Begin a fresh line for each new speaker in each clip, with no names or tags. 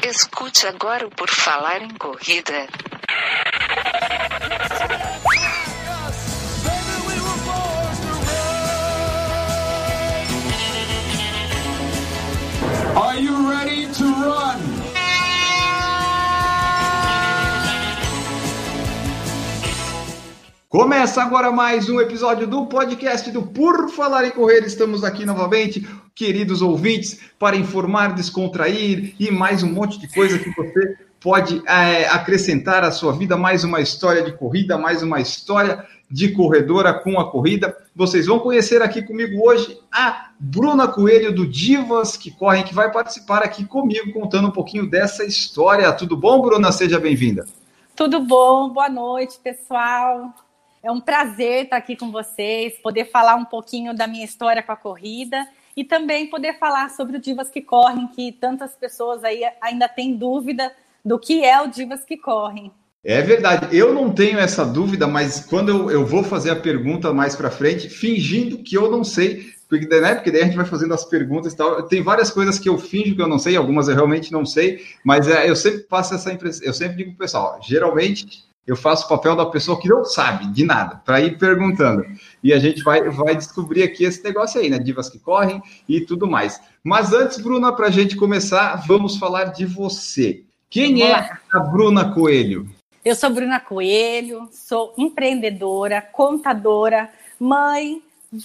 Escute agora o Por Falar em Corrida.
Are you ready to run? Começa agora mais um episódio do podcast do Por Falar em Correr. Estamos aqui novamente, queridos ouvintes, para informar, descontrair e mais um monte de coisa que você pode acrescentar à sua vida. Mais uma história de corrida, mais uma história de corredora com a corrida. Vocês vão conhecer aqui comigo hoje a Bruna Coelho do Divas que Correm, que vai participar aqui comigo contando um pouquinho dessa história. Tudo bom, Bruna? Seja bem-vinda.
Tudo bom, boa noite, pessoal. É um prazer estar aqui com vocês, poder falar um pouquinho da minha história com a corrida e também poder falar sobre o Divas que Correm, que tantas pessoas aí ainda têm dúvida do que é o Divas que Correm.
É verdade, eu não tenho essa dúvida, mas quando eu vou fazer a pergunta mais para frente, fingindo que eu não sei, porque daí a gente vai fazendo as perguntas e tal, tem várias coisas que eu finjo que eu não sei, algumas eu realmente não sei, mas eu sempre faço essa impressão, eu sempre digo pro pessoal, geralmente eu faço o papel da pessoa que não sabe de nada, para ir perguntando. E a gente vai descobrir aqui esse negócio aí, né? Divas que Correm e tudo mais. Mas antes, Bruna, para a gente começar, vamos falar de você. Quem é a Bruna Coelho?
Eu sou Bruna Coelho, sou empreendedora, contadora, mãe,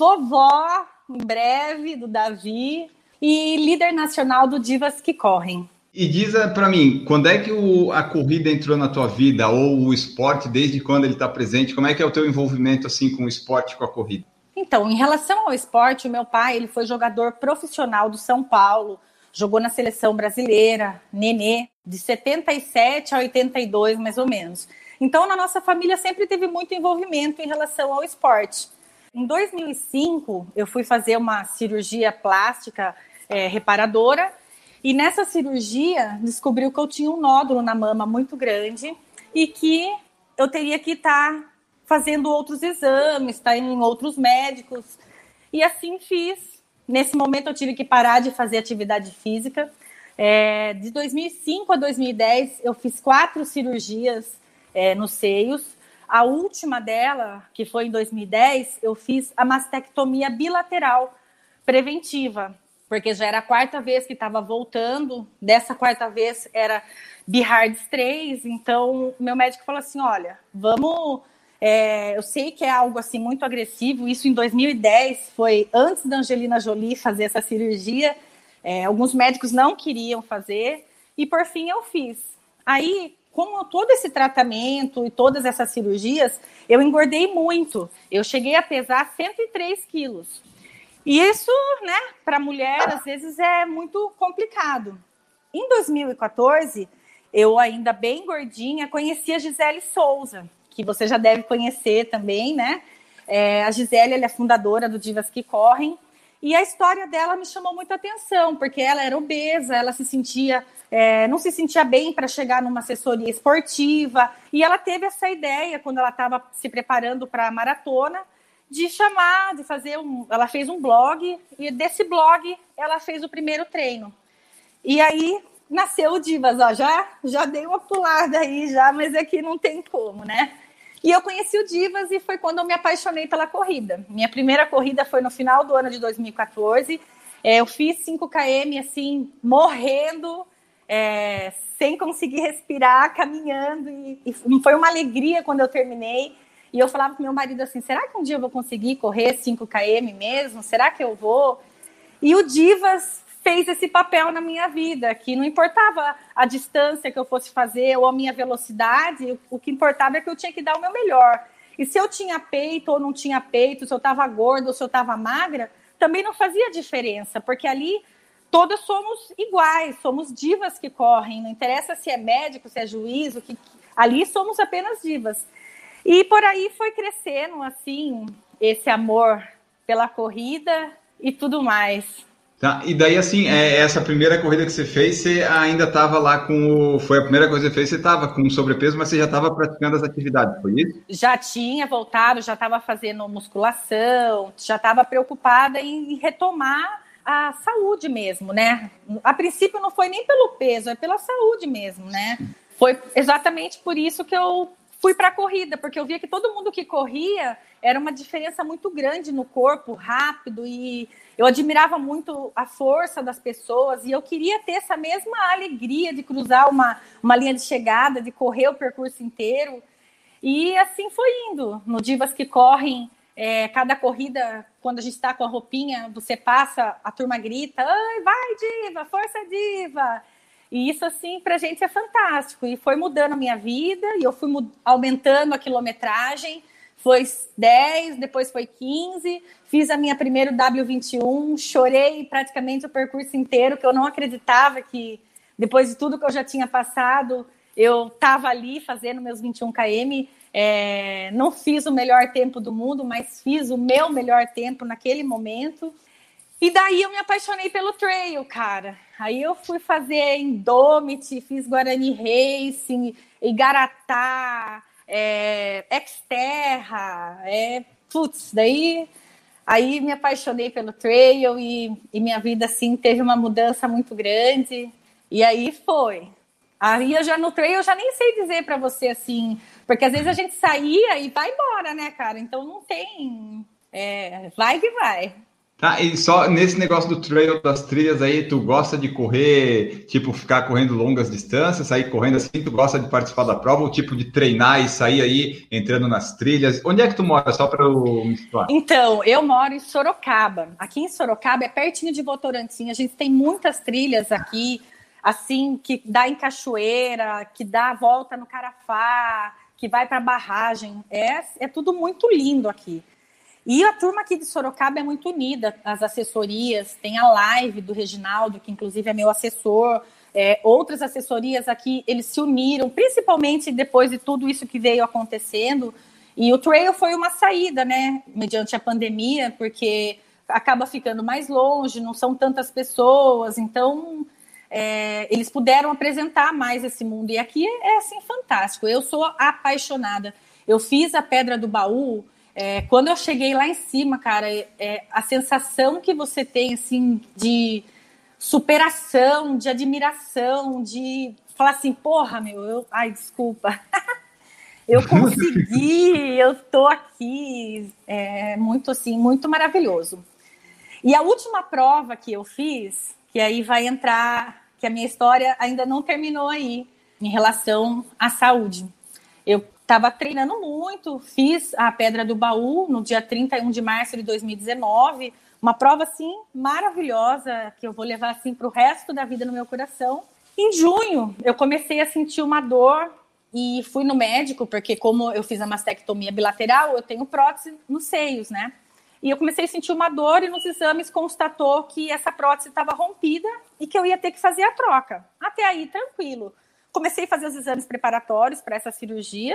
vovó, em breve, do Davi, e líder nacional do Divas que Correm.
E diz para mim, quando é que a corrida entrou na tua vida, ou o esporte, desde quando ele está presente? Como é que é o teu envolvimento assim, com o esporte, com a corrida?
Então, em relação ao esporte, o meu pai ele foi jogador profissional do São Paulo, jogou na seleção brasileira, Nenê, de 77 a 82, mais ou menos. Então, na nossa família sempre teve muito envolvimento em relação ao esporte. Em 2005, eu fui fazer uma cirurgia plástica reparadora, e nessa cirurgia, descobriu que eu tinha um nódulo na mama muito grande e que eu teria que estar fazendo outros exames, estar em outros médicos. E assim fiz. Nesse momento, eu tive que parar de fazer atividade física. De 2005 a 2010, eu fiz 4 cirurgias nos seios. A última dela, que foi em 2010, eu fiz a mastectomia bilateral preventiva, porque já era a 4ª vez que estava voltando, dessa 4ª vez era BIHARDS 3, então meu médico falou assim, olha, vamos, eu sei que é algo assim muito agressivo, isso em 2010, foi antes da Angelina Jolie fazer essa cirurgia, alguns médicos não queriam fazer, e por fim eu fiz. Aí, com todo esse tratamento e todas essas cirurgias, eu engordei muito, eu cheguei a pesar 103 quilos. E isso, né, para mulher, às vezes é muito complicado. Em 2014, eu ainda bem gordinha, conheci a Gisele Souza, que você já deve conhecer também, né? A Gisele, ela é fundadora do Divas que Correm, e a história dela me chamou muita atenção, porque ela era obesa, ela se sentia, não se sentia bem para chegar numa assessoria esportiva, e ela teve essa ideia, quando ela estava se preparando para a maratona, de chamar, de fazer ela fez um blog, e desse blog ela fez o primeiro treino. E aí nasceu o Divas, ó, já dei uma pulada aí já, mas aqui não tem como, né? E eu conheci o Divas e foi quando eu me apaixonei pela corrida. Minha primeira corrida foi no final do ano de 2014, eu fiz 5 km assim, morrendo, sem conseguir respirar, caminhando, e foi uma alegria quando eu terminei. E eu falava com meu marido assim, será que um dia eu vou conseguir correr 5 km mesmo? Será que eu vou? E o Divas fez esse papel na minha vida, que não importava a distância que eu fosse fazer ou a minha velocidade, o que importava é que eu tinha que dar o meu melhor. E se eu tinha peito ou não tinha peito, se eu estava gorda ou se eu estava magra, também não fazia diferença, porque ali todas somos iguais, somos divas que correm, não interessa se é médico, se é juiz, ali somos apenas divas. E por aí foi crescendo, assim, esse amor pela corrida e tudo mais.
Tá, e daí, assim, essa primeira corrida que você fez, você ainda estava lá com foi a primeira coisa que você fez, você estava com sobrepeso, mas você já estava praticando as atividades, foi isso?
Já tinha voltado, já estava fazendo musculação, já estava preocupada em retomar a saúde mesmo, né? A princípio não foi nem pelo peso, é pela saúde mesmo, né? Foi exatamente por isso que eu fui para a corrida, porque eu via que todo mundo que corria era uma diferença muito grande no corpo, rápido, e eu admirava muito a força das pessoas, e eu queria ter essa mesma alegria de cruzar uma linha de chegada, de correr o percurso inteiro. E assim foi indo. No Divas que Correm, cada corrida, quando a gente está com a roupinha, você passa, a turma grita, ai, vai, diva, força, diva! E isso, assim, pra gente é fantástico. E foi mudando a minha vida, e eu fui aumentando a quilometragem. Foi 10, depois foi 15. Fiz a minha primeira W21, chorei praticamente o percurso inteiro, que eu não acreditava que, depois de tudo que eu já tinha passado, eu estava ali fazendo meus 21 km. Não fiz o melhor tempo do mundo, mas fiz o meu melhor tempo naquele momento. E daí eu me apaixonei pelo trail, cara. Aí eu fui fazer Indomit, fiz Guarani Racing, Igaratá, Xterra, daí aí me apaixonei pelo trail e minha vida, assim, teve uma mudança muito grande. E aí foi. Aí eu já no trail, eu já nem sei dizer para você, assim, porque às vezes a gente saía e vai embora, né, cara? Então não tem... vai que vai.
Tá, e só nesse negócio do trail, das trilhas aí, tu gosta de correr, tipo, ficar correndo longas distâncias, sair correndo assim, tu gosta de participar da prova, ou tipo de treinar e sair aí, entrando nas trilhas? Onde é que tu mora, só para eu me situar?
Então, eu moro em Sorocaba. Aqui em Sorocaba é pertinho de Votorantim, a gente tem muitas trilhas aqui, assim, que dá em cachoeira, que dá a volta no Carafá, que vai para barragem, é tudo muito lindo aqui. E a turma aqui de Sorocaba é muito unida, as assessorias, tem a live do Reginaldo, que inclusive é meu assessor, outras assessorias aqui, eles se uniram, principalmente depois de tudo isso que veio acontecendo, e o trail foi uma saída, né, mediante a pandemia, porque acaba ficando mais longe, não são tantas pessoas, então eles puderam apresentar mais esse mundo, e aqui é assim, fantástico, eu sou apaixonada, eu fiz a Pedra do Baú. Quando eu cheguei lá em cima, cara, a sensação que você tem, assim, de superação, de admiração, de falar assim, porra, ai, desculpa, eu consegui, eu tô aqui, muito, assim, muito maravilhoso. E a última prova que eu fiz, que aí vai entrar, que a minha história ainda não terminou aí, em relação à saúde. Eu estava treinando muito, fiz a Pedra do Baú no dia 31 de março de 2019, uma prova, assim, maravilhosa, que eu vou levar, assim, para o resto da vida no meu coração. Em junho, eu comecei a sentir uma dor e fui no médico, porque como eu fiz a mastectomia bilateral, eu tenho prótese nos seios, né? E eu comecei a sentir uma dor e nos exames constatou que essa prótese estava rompida e que eu ia ter que fazer a troca. Até aí, tranquilo. Comecei a fazer os exames preparatórios para essa cirurgia.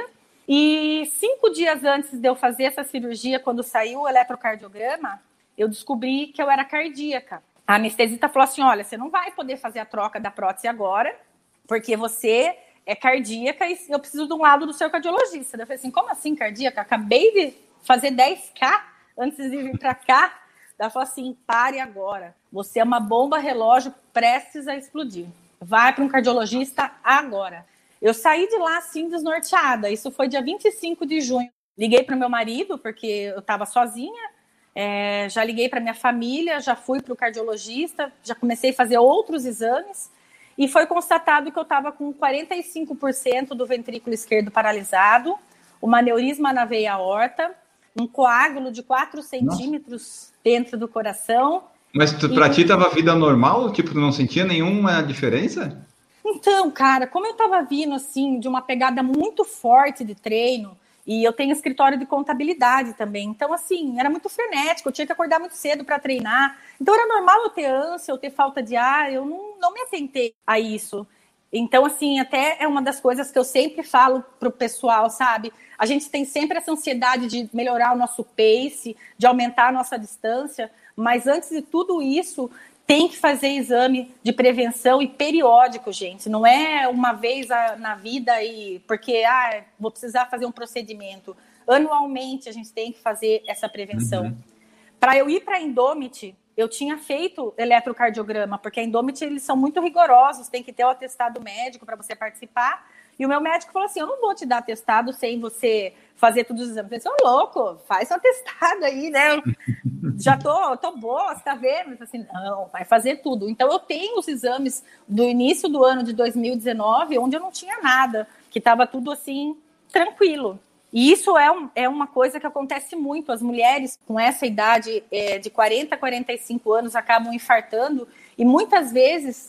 E 5 dias antes de eu fazer essa cirurgia, quando saiu o eletrocardiograma, eu descobri que eu era cardíaca. A anestesista falou assim, olha, você não vai poder fazer a troca da prótese agora, porque você é cardíaca e eu preciso de um laudo do seu cardiologista. Eu falei assim, como assim cardíaca? Acabei de fazer 10K antes de vir para cá. Ela falou assim, pare agora. Você é uma bomba relógio prestes a explodir. Vai para um cardiologista agora. Eu saí de lá, assim, desnorteada. Isso foi dia 25 de junho. Liguei para o meu marido, porque eu estava sozinha. Já liguei para minha família, já fui para o cardiologista, já comecei a fazer outros exames. E foi constatado que eu estava com 45% do ventrículo esquerdo paralisado, uma aneurisma na veia aorta, um coágulo de 4 centímetros dentro do coração.
Mas para ti estava vida normal? Tipo, tu não sentia nenhuma diferença?
Então, cara, como eu estava vindo, assim, de uma pegada muito forte de treino, e eu tenho escritório de contabilidade também, então, assim, era muito frenético, eu tinha que acordar muito cedo para treinar, então era normal eu ter ânsia, eu ter falta de ar, eu não me atentei a isso. Então, assim, até é uma das coisas que eu sempre falo pro pessoal, sabe? A gente tem sempre essa ansiedade de melhorar o nosso pace, de aumentar a nossa distância, mas antes de tudo isso, tem que fazer exame de prevenção e periódico, gente. Não é uma vez na vida e porque vou precisar fazer um procedimento. Anualmente a gente tem que fazer essa prevenção. Para eu ir para a Indomit, eu tinha feito eletrocardiograma, porque a Indomit, eles são muito rigorosos, tem que ter o atestado médico para você participar. E o meu médico falou assim, eu não vou te dar atestado sem você fazer todos os exames. Eu falei, ô louco, faz um atestado aí, né? Já tô boa, você tá vendo? Eu falei assim, não, vai fazer tudo. Então, eu tenho os exames do início do ano de 2019, onde eu não tinha nada, que estava tudo assim, tranquilo. E isso é uma coisa que acontece muito. As mulheres com essa idade de 40 a 45 anos acabam infartando e muitas vezes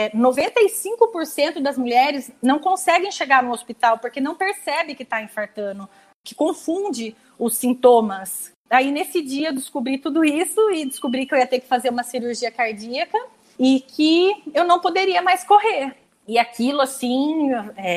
95% das mulheres não conseguem chegar no hospital porque não percebe que está infartando, que confunde os sintomas. Aí nesse dia eu descobri tudo isso e descobri que eu ia ter que fazer uma cirurgia cardíaca e que eu não poderia mais correr. E aquilo assim...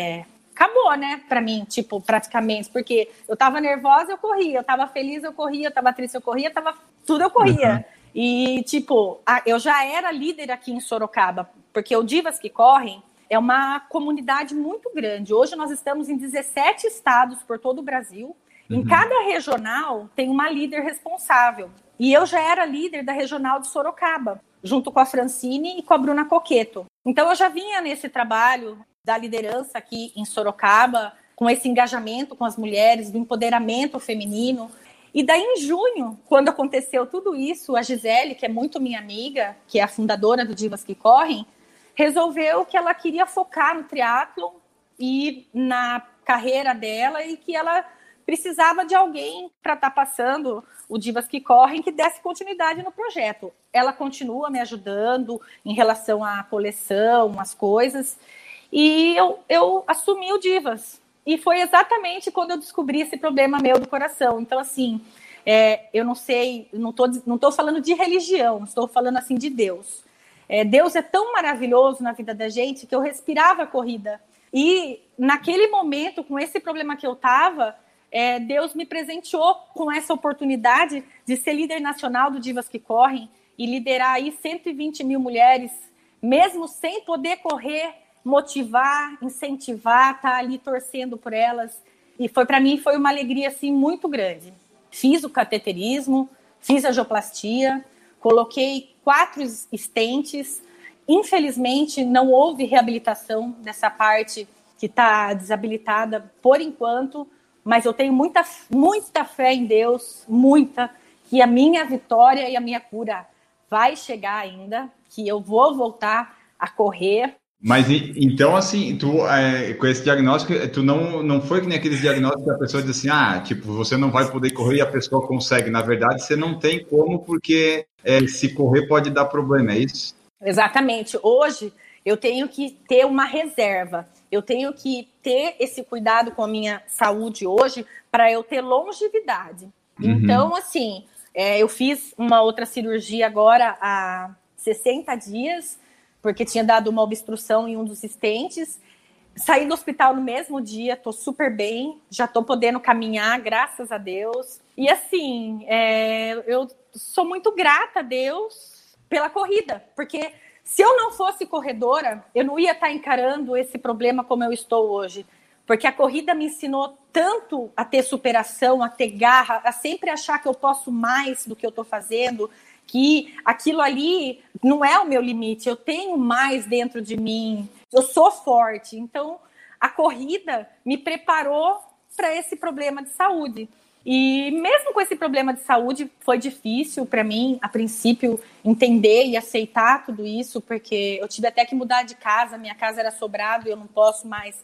acabou, né, pra mim, tipo, praticamente, porque eu tava nervosa, eu corria, eu tava feliz, eu corria, eu tava triste, eu corria, tudo eu corria. Uhum. E, tipo, eu já era líder aqui em Sorocaba, porque o Divas que Correm é uma comunidade muito grande. Hoje nós estamos em 17 estados por todo o Brasil. Uhum. Em cada regional tem uma líder responsável. E eu já era líder da regional de Sorocaba, junto com a Francine e com a Bruna Coqueto. Então eu já vinha nesse trabalho da liderança aqui em Sorocaba, com esse engajamento com as mulheres, do empoderamento feminino. E daí, em junho, quando aconteceu tudo isso, a Gisele, que é muito minha amiga, que é a fundadora do Divas que Correm, resolveu que ela queria focar no triatlon e na carreira dela e que ela precisava de alguém para estar passando o Divas que Correm que desse continuidade no projeto. Ela continua me ajudando em relação à coleção, às coisas. E eu assumi o Divas. E foi exatamente quando eu descobri esse problema meu do coração. Então, assim, eu não sei, não tô falando de religião, estou falando, assim, de Deus. Deus é tão maravilhoso na vida da gente que eu respirava a corrida. E, naquele momento, com esse problema que eu estava, Deus me presenteou com essa oportunidade de ser líder nacional do Divas que Correm e liderar aí 120 mil mulheres, mesmo sem poder correr, motivar, incentivar, estar ali torcendo por elas. E para mim foi uma alegria assim, muito grande. Fiz o cateterismo, fiz a angioplastia, coloquei 4 estentes. Infelizmente, não houve reabilitação dessa parte que está desabilitada por enquanto, mas eu tenho muita, muita fé em Deus, muita, que a minha vitória e a minha cura vai chegar ainda, que eu vou voltar a correr.
Mas então, assim, tu com esse diagnóstico, tu não foi que nem aqueles diagnósticos que a pessoa diz assim, tipo, você não vai poder correr e a pessoa consegue. Na verdade, você não tem como, porque se correr pode dar problema, é isso? Exatamente. Hoje, eu tenho que ter uma reserva. Eu tenho que ter esse cuidado com a minha saúde hoje para eu ter longevidade. Uhum. Então, assim, eu fiz uma outra cirurgia agora há 60 dias, porque tinha dado uma obstrução em um dos estentes. Saí do hospital no mesmo dia, tô super bem, já tô podendo caminhar, graças a Deus. E assim, eu sou muito grata a Deus pela corrida, porque se eu não fosse corredora, eu não ia estar encarando esse problema como eu estou hoje. Porque a corrida me ensinou tanto a ter superação, a ter garra, a sempre achar que eu posso mais do que eu tô fazendo, que aquilo ali não é o meu limite, eu tenho mais dentro de mim, eu sou forte. Então, a corrida me preparou para esse problema de saúde. E mesmo com esse problema de saúde, foi difícil para mim, a princípio, entender e aceitar tudo isso, porque eu tive até que mudar de casa, minha casa era sobrado e eu não posso mais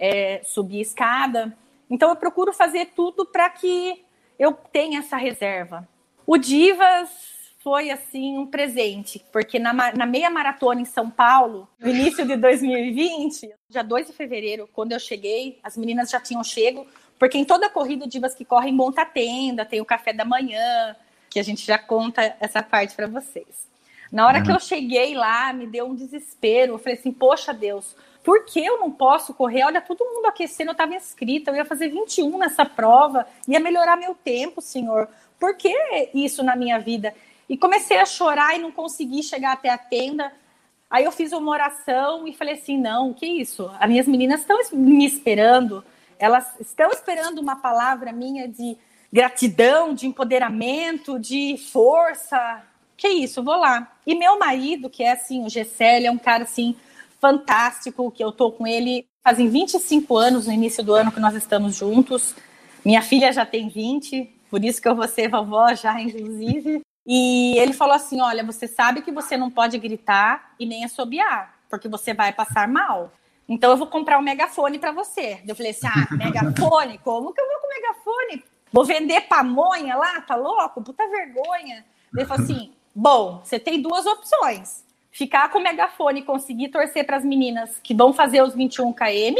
subir escada. Então, eu procuro fazer tudo para que eu tenha essa reserva. O Divas foi, assim, um presente, porque na meia maratona em São Paulo, no início de 2020, dia 2 de fevereiro, quando eu cheguei, as meninas já tinham chego, porque em toda a corrida, o Divas que Correm monta a tenda, tem o café da manhã, que a gente já conta essa parte para vocês. Na hora que eu cheguei lá, me deu um desespero, eu falei assim, poxa Deus, por que eu não posso correr? Olha, todo mundo aquecendo, eu estava inscrita, eu ia fazer 21 nessa prova, ia melhorar meu tempo, Senhor. Por que isso na minha vida? E comecei a chorar e não consegui chegar até a tenda. Aí eu fiz uma oração e falei assim, não, que isso? As minhas meninas estão me esperando. Elas estão esperando uma palavra minha de gratidão, de empoderamento, de força.
que isso, vou lá. E meu marido, que é assim, o Gessele, é um cara assim, fantástico, que eu tô com ele fazem 25 anos, no início do ano que nós estamos juntos. Minha filha já tem 20, por isso que eu vou ser vovó já, inclusive. E ele falou assim, olha, você sabe que você não pode gritar e nem assobiar, porque você vai passar mal. Então eu vou comprar um megafone para você. Eu falei assim, megafone? Como que eu vou com megafone? Vou vender pamonha lá? Tá louco? Puta vergonha. Ele falou assim, bom, você tem duas opções. Ficar com o megafone e conseguir torcer para as meninas que vão fazer os 21 km,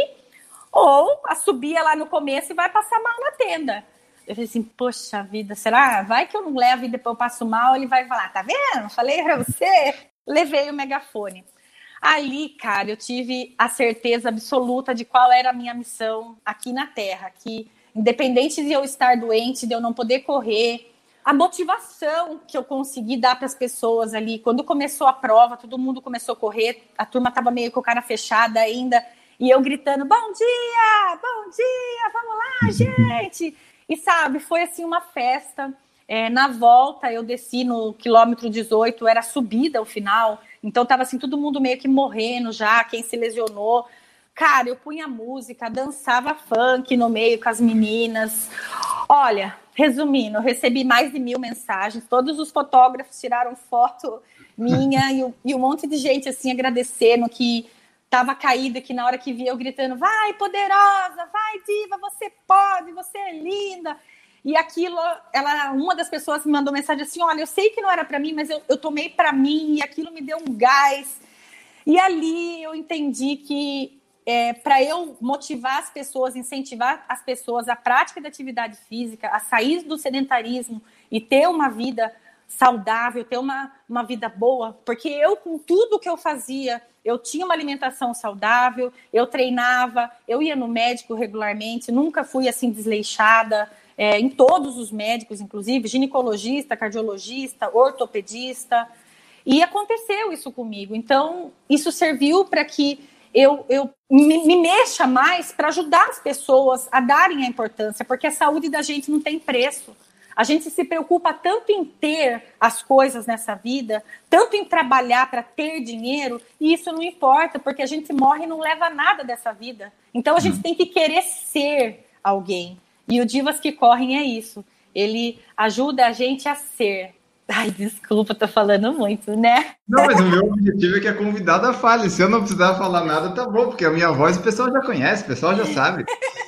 ou a subir lá no começo e vai passar mal na tenda. Eu falei assim, poxa vida, será? Vai que eu não levo e depois eu passo mal, ele vai falar, tá vendo? Falei pra você. Levei o megafone. Ali, cara, eu tive a certeza absoluta de qual era a minha missão aqui na Terra, que independente de eu estar doente, de eu não poder correr, a motivação que eu consegui dar para as pessoas ali, quando começou a prova, todo mundo começou a correr, a turma estava meio com a cara fechada ainda, e eu gritando, bom dia, vamos lá, gente! E sabe, foi assim uma festa. Na volta, eu desci no quilômetro 18, era subida o final, então tava assim, todo mundo meio que morrendo já, quem se lesionou. Cara, eu punha música, dançava funk no meio com as meninas. Olha, resumindo, eu recebi mais de 1000 mensagens, todos os fotógrafos tiraram foto minha e um monte de gente assim agradecendo que tava caída, que na hora que via eu gritando, vai poderosa, vai diva, você pode, você é linda. E aquilo, uma das pessoas me mandou mensagem assim, olha, eu sei que não era para mim, mas eu tomei para mim e aquilo me deu um gás. E ali eu entendi que para eu motivar as pessoas, incentivar as pessoas à prática da atividade física, a sair do sedentarismo e ter uma vida saudável, ter uma vida boa, porque eu, com tudo que eu fazia, eu tinha uma alimentação saudável, eu treinava, eu ia no médico regularmente, nunca fui assim desleixada, em todos os médicos, inclusive, ginecologista, cardiologista, ortopedista, e aconteceu isso comigo. Então, isso serviu para que eu me mexa mais para ajudar as pessoas a darem a importância, porque a saúde da gente não tem preço. A gente se preocupa tanto em ter as coisas nessa vida, tanto em trabalhar para ter dinheiro, e isso não importa, porque a gente morre e não leva nada dessa vida. Então, a gente tem que querer ser alguém. E o Divas que Correm é isso. Ele ajuda a gente a ser. Ai, desculpa, tô falando muito, né?
Não, mas o meu objetivo é que a convidada fale. Se eu não precisar falar nada, tá bom, porque a minha voz o pessoal já conhece, o pessoal já sabe.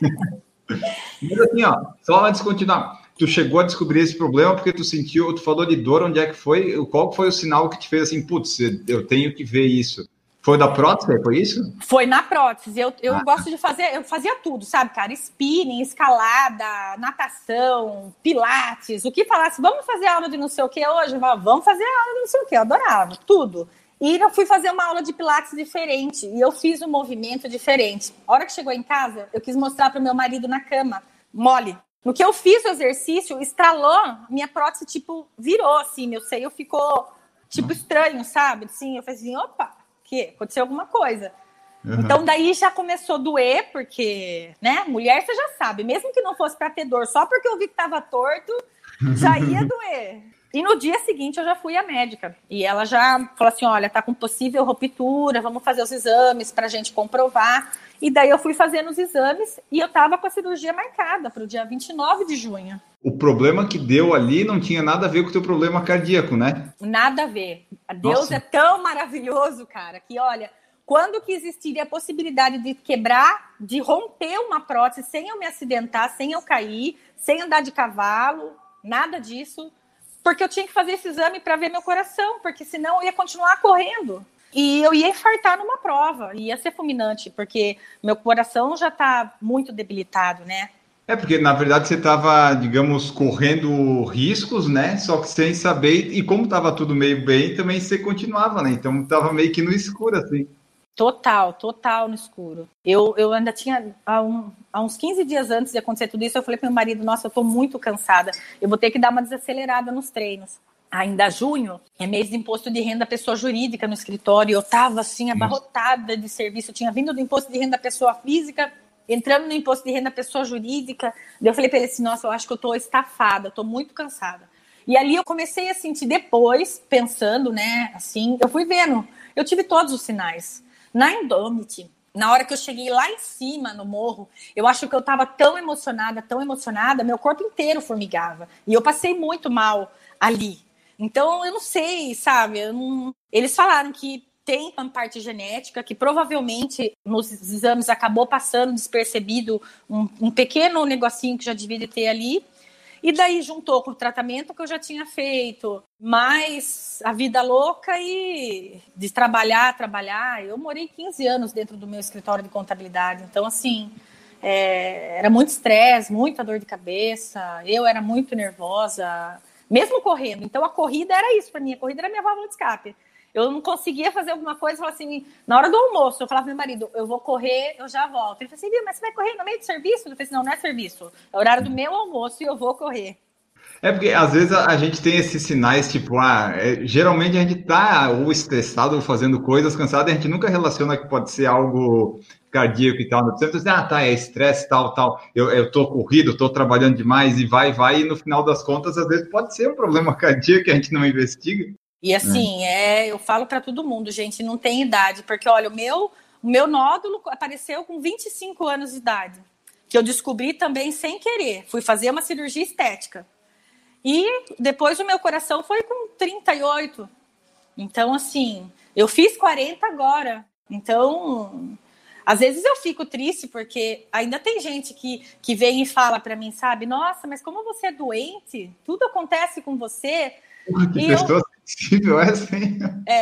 Mas assim, ó, só antes de continuar, tu chegou a descobrir esse problema porque tu falou de dor, onde é que foi? Qual foi o sinal que te fez assim, putz, eu tenho que ver isso? Foi da prótese, foi isso?
Foi na prótese. Eu gosto de fazer, eu fazia tudo, sabe, cara? Spinning, escalada, natação, pilates, o que falasse, vamos fazer aula de não sei o que hoje? Vamos fazer aula de não sei o que, eu adorava, tudo. E eu fui fazer uma aula de pilates diferente, e eu fiz um movimento diferente. A hora que chegou em casa, eu quis mostrar para o meu marido na cama, mole. No que eu fiz o exercício, estralou, minha prótese, tipo, virou, assim, meu seio ficou, tipo, estranho, sabe? Assim, eu falei assim, opa, que aconteceu alguma coisa. Uhum. Então, daí já começou a doer, porque, né, mulher, você já sabe, mesmo que não fosse para ter dor, só porque eu vi que tava torto, já ia doer. E no dia seguinte eu já fui à médica. E ela já falou assim, olha, tá com possível ruptura, vamos fazer os exames pra gente comprovar. E daí eu fui fazendo os exames e eu tava com a cirurgia marcada para o dia 29 de junho. O
problema que deu ali não tinha nada a ver com o teu problema cardíaco, né?
Nada a ver. Deus Nossa. É tão maravilhoso, cara, que olha, quando que existiria a possibilidade de quebrar, de romper uma prótese sem eu me acidentar, sem eu cair, sem andar de cavalo, nada disso. Porque eu tinha que fazer esse exame para ver meu coração, porque senão eu ia continuar correndo. E eu ia infartar numa prova, ia ser fulminante, porque meu coração já está muito debilitado, né?
Porque na verdade você estava, digamos, correndo riscos, né? Só que sem saber, e como estava tudo meio bem, também você continuava, né? Então estava meio que no escuro, assim.
Total no escuro. Eu ainda tinha, há uns 15 dias antes de acontecer tudo isso, eu falei para meu marido, nossa, eu tô muito cansada, eu vou ter que dar uma desacelerada nos treinos. Ainda junho, é mês de imposto de renda pessoa jurídica no escritório, eu tava assim, abarrotada de serviço, eu tinha vindo do imposto de renda pessoa física, entrando no imposto de renda pessoa jurídica, daí eu falei para ele assim, nossa, eu acho que eu tô estafada, eu tô muito cansada. E ali eu comecei a sentir depois, pensando, né, assim, eu fui vendo, eu tive todos os sinais. Na Indomit, na hora que eu cheguei lá em cima, no morro, eu acho que eu estava tão emocionada, meu corpo inteiro formigava. E eu passei muito mal ali. Então, eu não sei, sabe? Eles falaram que tem uma parte genética, que provavelmente nos exames acabou passando despercebido um pequeno negocinho que já devia ter ali. E daí juntou com o tratamento que eu já tinha feito, mais a vida louca e de trabalhar. Eu morei 15 anos dentro do meu escritório de contabilidade. Então, assim, era muito estresse, muita dor de cabeça. Eu era muito nervosa, mesmo correndo. Então, a corrida era isso para mim. A corrida era minha válvula de escape. Eu não conseguia fazer alguma coisa, falava assim, na hora do almoço, eu falava pro meu marido, eu vou correr, eu já volto. Ele falou assim, mas você vai correr no meio do serviço? Eu falei assim, não é serviço, é horário do meu almoço e eu vou correr.
É porque às vezes a gente tem esses sinais, tipo, geralmente a gente tá ou estressado ou fazendo coisas cansado, a gente nunca relaciona que pode ser algo cardíaco e tal. Sempre diz, é estresse, tal. Eu tô corrido, tô trabalhando demais e vai, e no final das contas, às vezes pode ser um problema cardíaco que a gente não investiga.
E assim, eu falo para todo mundo, gente, não tem idade, porque olha, o meu nódulo apareceu com 25 anos de idade, que eu descobri também sem querer. Fui fazer uma cirurgia estética. E depois o meu coração foi com 38. Então, assim, eu fiz 40 agora. Então, às vezes eu fico triste, porque ainda tem gente que vem e fala para mim, sabe? Nossa, mas como você é doente, tudo acontece com você.
Que pessoa sensível é assim.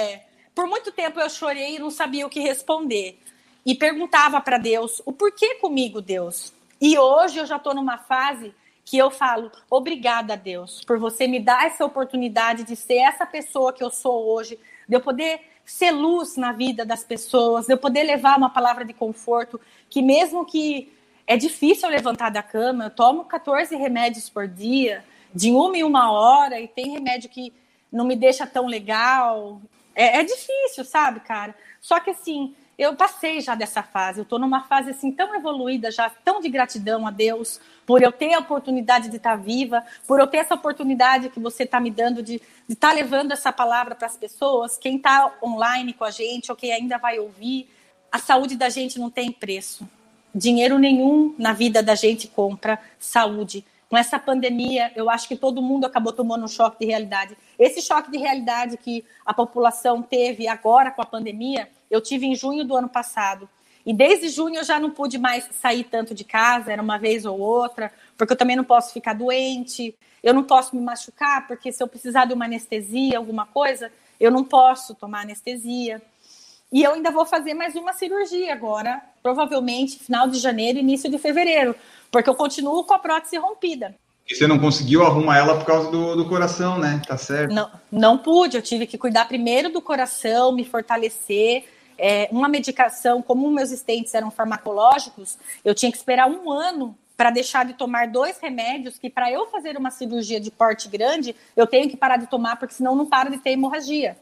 Por muito tempo eu chorei e não sabia o que responder. E perguntava para Deus, o porquê comigo, Deus? E hoje eu já estou numa fase que eu falo, obrigada, Deus, por você me dar essa oportunidade de ser essa pessoa que eu sou hoje, de eu poder ser luz na vida das pessoas, de eu poder levar uma palavra de conforto, que mesmo que é difícil eu levantar da cama, eu tomo 14 remédios por dia, de 1 em 1 hora, e tem remédio que não me deixa tão legal. É difícil, sabe, cara? Só que, assim, eu passei já dessa fase. Eu tô numa fase, assim, tão evoluída já, tão de gratidão a Deus, por eu ter a oportunidade de estar viva, por eu ter essa oportunidade que você está me dando de estar levando essa palavra para as pessoas, quem está online com a gente ou quem ainda vai ouvir. A saúde da gente não tem preço. Dinheiro nenhum na vida da gente compra saúde. Com essa pandemia, eu acho que todo mundo acabou tomando um choque de realidade. Esse choque de realidade que a população teve agora com a pandemia, eu tive em junho do ano passado. E desde junho eu já não pude mais sair tanto de casa, era uma vez ou outra, porque eu também não posso ficar doente, eu não posso me machucar, porque se eu precisar de uma anestesia, alguma coisa, eu não posso tomar anestesia. E eu ainda vou fazer mais uma cirurgia agora, provavelmente final de janeiro, início de fevereiro, porque eu continuo com a prótese rompida.
E você não conseguiu arrumar ela por causa do coração, né? Tá certo.
Não pude, eu tive que cuidar primeiro do coração, me fortalecer. Uma medicação, como meus estentes eram farmacológicos, eu tinha que esperar 1 ano para deixar de tomar 2 remédios, que para eu fazer uma cirurgia de porte grande, eu tenho que parar de tomar, porque senão não para de ter hemorragia.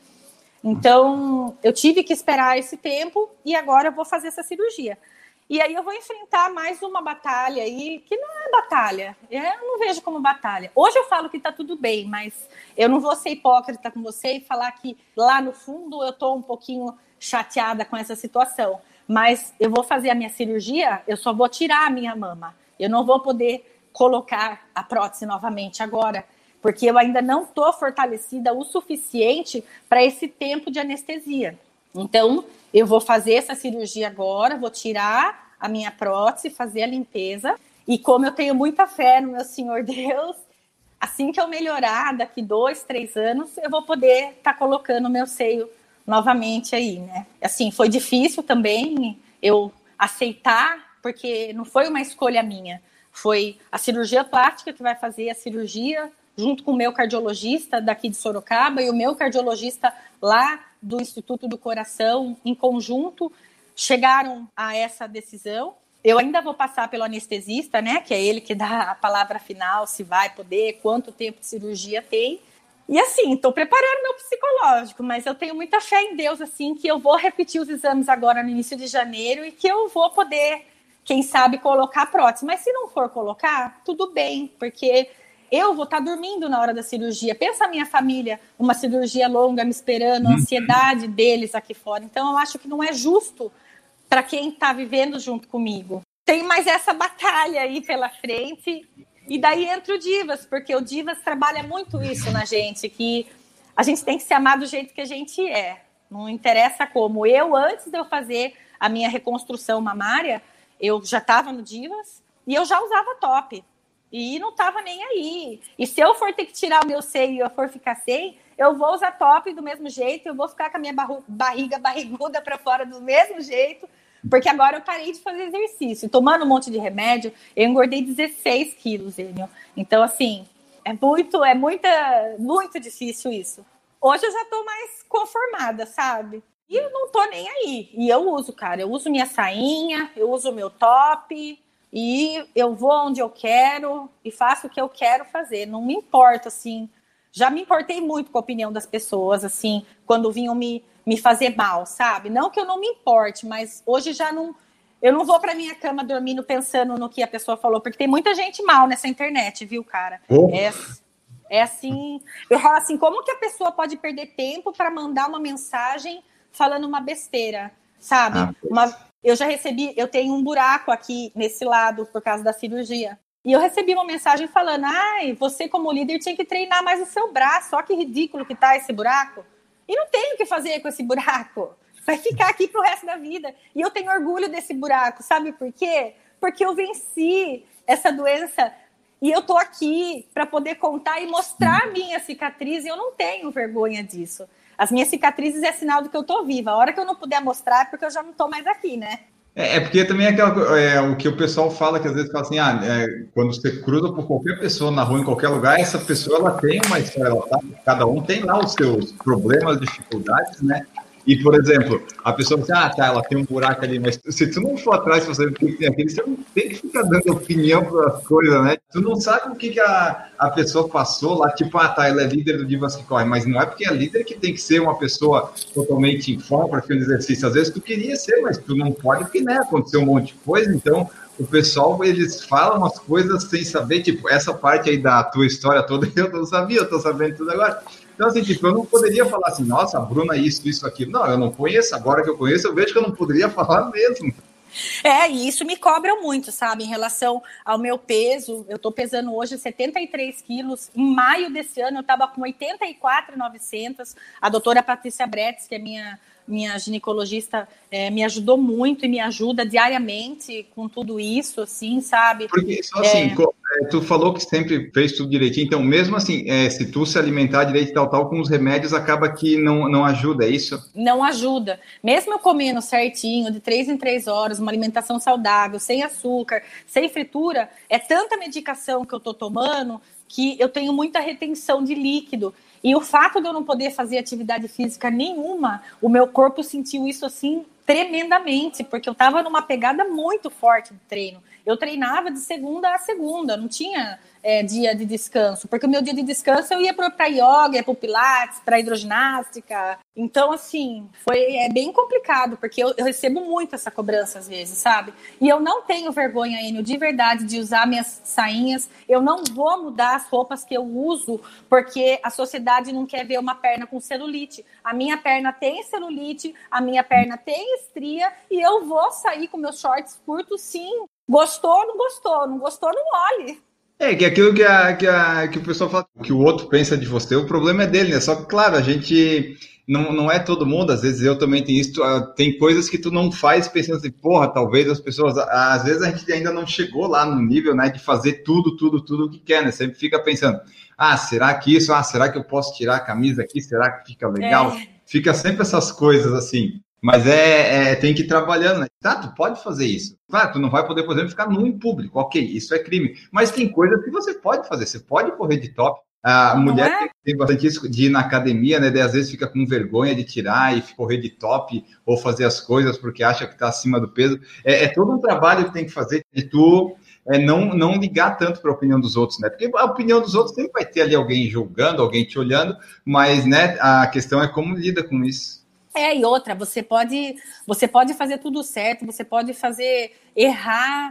Então, eu tive que esperar esse tempo e agora eu vou fazer essa cirurgia. E aí eu vou enfrentar mais uma batalha aí, que não é batalha, eu não vejo como batalha. Hoje eu falo que tá tudo bem, mas eu não vou ser hipócrita com você e falar que lá no fundo eu tô um pouquinho chateada com essa situação. Mas eu vou fazer a minha cirurgia, eu só vou tirar a minha mama. Eu não vou poder colocar a prótese novamente agora, porque eu ainda não estou fortalecida o suficiente para esse tempo de anestesia. Então, eu vou fazer essa cirurgia agora, vou tirar a minha prótese, fazer a limpeza. E como eu tenho muita fé no meu Senhor Deus, assim que eu melhorar, daqui 2, 3 anos, eu vou poder estar colocando o meu seio novamente aí, né? Assim, foi difícil também eu aceitar, porque não foi uma escolha minha. Foi a cirurgia plástica que vai fazer a cirurgia, junto com o meu cardiologista daqui de Sorocaba e o meu cardiologista lá do Instituto do Coração, em conjunto, chegaram a essa decisão. Eu ainda vou passar pelo anestesista, né, que é ele que dá a palavra final, se vai poder, quanto tempo de cirurgia tem. E assim, estou preparando meu psicológico, mas eu tenho muita fé em Deus, assim, que eu vou repetir os exames agora no início de janeiro e que eu vou poder, quem sabe, colocar a prótese. Mas se não for colocar, tudo bem, porque eu vou estar dormindo na hora da cirurgia. Pensa a minha família, uma cirurgia longa me esperando, a ansiedade deles aqui fora. Então, eu acho que não é justo para quem está vivendo junto comigo. Tem mais essa batalha aí pela frente. E daí entra o Divas, porque o Divas trabalha muito isso na gente, que a gente tem que se amar do jeito que a gente é. Não interessa como. Eu, antes de eu fazer a minha reconstrução mamária, eu já estava no Divas e eu já usava top. E não estava nem aí. E se eu for ter que tirar o meu seio e eu for ficar sem, eu vou usar top do mesmo jeito, eu vou ficar com a minha barriga barriguda para fora do mesmo jeito, porque agora eu parei de fazer exercício. Tomando um monte de remédio, eu engordei 16 quilos, Enio. Então, assim, é muito difícil isso. Hoje eu já estou mais conformada, sabe? E eu não tô nem aí. E eu uso, cara. Eu uso minha sainha, eu uso meu top... E eu vou onde eu quero e faço o que eu quero fazer. Não me importa, assim. Já me importei muito com a opinião das pessoas, assim, quando vinham me fazer mal, sabe? Não que eu não me importe, mas hoje já não... Eu não vou pra minha cama dormindo pensando no que a pessoa falou, porque tem muita gente mal nessa internet, viu, cara? É assim... Eu falo assim, como que a pessoa pode perder tempo para mandar uma mensagem falando uma besteira, sabe? Eu já recebi, eu tenho um buraco aqui nesse lado por causa da cirurgia. E eu recebi uma mensagem falando, você como líder tinha que treinar mais o seu braço, olha que ridículo que tá esse buraco. E não tenho o que fazer com esse buraco. Vai ficar aqui pro resto da vida. E eu tenho orgulho desse buraco, sabe por quê? Porque eu venci essa doença e eu tô aqui para poder contar e mostrar a minha cicatriz e eu não tenho vergonha disso. As minhas cicatrizes é sinal de que eu tô viva. A hora que eu não puder mostrar é porque eu já não tô mais aqui, né?
Porque também o que o pessoal fala, que às vezes fala assim, quando você cruza por qualquer pessoa na rua, em qualquer lugar, essa pessoa ela tem uma história, cada um tem lá os seus problemas, dificuldades, né? E, por exemplo, a pessoa diz, ela tem um buraco ali, mas se tu não for atrás, você ver o que tem aquele, você não tem que ficar dando opinião para as coisas, né? Tu não sabe o que a pessoa passou lá, tipo, ela é líder do Divas que Corre, mas não é porque é líder que tem que ser uma pessoa totalmente em forma para fazer exercício. Às vezes tu queria ser, mas tu não pode, porque, né, aconteceu um monte de coisa, então o pessoal, eles falam as coisas sem saber, tipo, essa parte aí da tua história toda, eu não sabia, eu tô sabendo tudo agora. Então, assim, tipo, eu não poderia falar assim, nossa, a Bruna, isso, aquilo. Não, eu não conheço, agora que eu conheço, eu vejo que eu não poderia falar mesmo.
E isso me cobra muito, sabe, em relação ao meu peso. Eu tô pesando hoje 73 quilos. Em maio desse ano, eu tava com 84,900. A doutora Patrícia Bretes, que é minha ginecologista, me ajudou muito e me ajuda diariamente com tudo isso, assim, sabe?
Porque, só assim, tu falou que sempre fez tudo direitinho, então mesmo assim, se tu se alimentar direito e tal, com os remédios, acaba que não ajuda, é isso?
Não ajuda. Mesmo eu comendo certinho, de 3 em 3 horas, uma alimentação saudável, sem açúcar, sem fritura, é tanta medicação que eu tô tomando que eu tenho muita retenção de líquido. E o fato de eu não poder fazer atividade física nenhuma, o meu corpo sentiu isso assim tremendamente, porque eu estava numa pegada muito forte de treino. Eu treinava de segunda a segunda, não tinha dia de descanso, porque o meu dia de descanso eu ia para yoga, ia para pilates, para hidroginástica. Então, assim, é bem complicado, porque eu recebo muito essa cobrança às vezes, sabe? E eu não tenho vergonha, Enio, de verdade, de usar minhas sainhas. Eu não vou mudar as roupas que eu uso, porque a sociedade não quer ver uma perna com celulite. A minha perna tem celulite, a minha perna tem estria, e eu vou sair com meus shorts curtos, sim. Gostou, não gostou. Não gostou, não olhe.
Que aquilo que o pessoal fala, que o outro pensa de você, o problema é dele, né? Só que, claro, a gente não é todo mundo, às vezes eu também tenho isso, tem coisas que tu não faz pensando assim, talvez as pessoas, às vezes a gente ainda não chegou lá no nível, né, de fazer tudo o que quer, né? Sempre fica pensando, será que isso, será que eu posso tirar a camisa aqui, será que fica legal? Fica sempre essas coisas assim. Mas tem que ir trabalhando, né? Tu pode fazer isso. Claro, tu não vai poder, por exemplo, ficar nu em público. Ok, isso é crime. Mas tem coisas que você pode fazer. Você pode correr de top. A mulher tem bastante isso de ir na academia, né? Daí às vezes fica com vergonha de tirar e correr de top ou fazer as coisas porque acha que está acima do peso. É todo um trabalho que tem que fazer de tu não ligar tanto para a opinião dos outros, né? Porque a opinião dos outros sempre vai ter ali alguém julgando, alguém te olhando, mas, né, a questão é como lida com isso.
E outra, você pode fazer tudo certo, você pode errar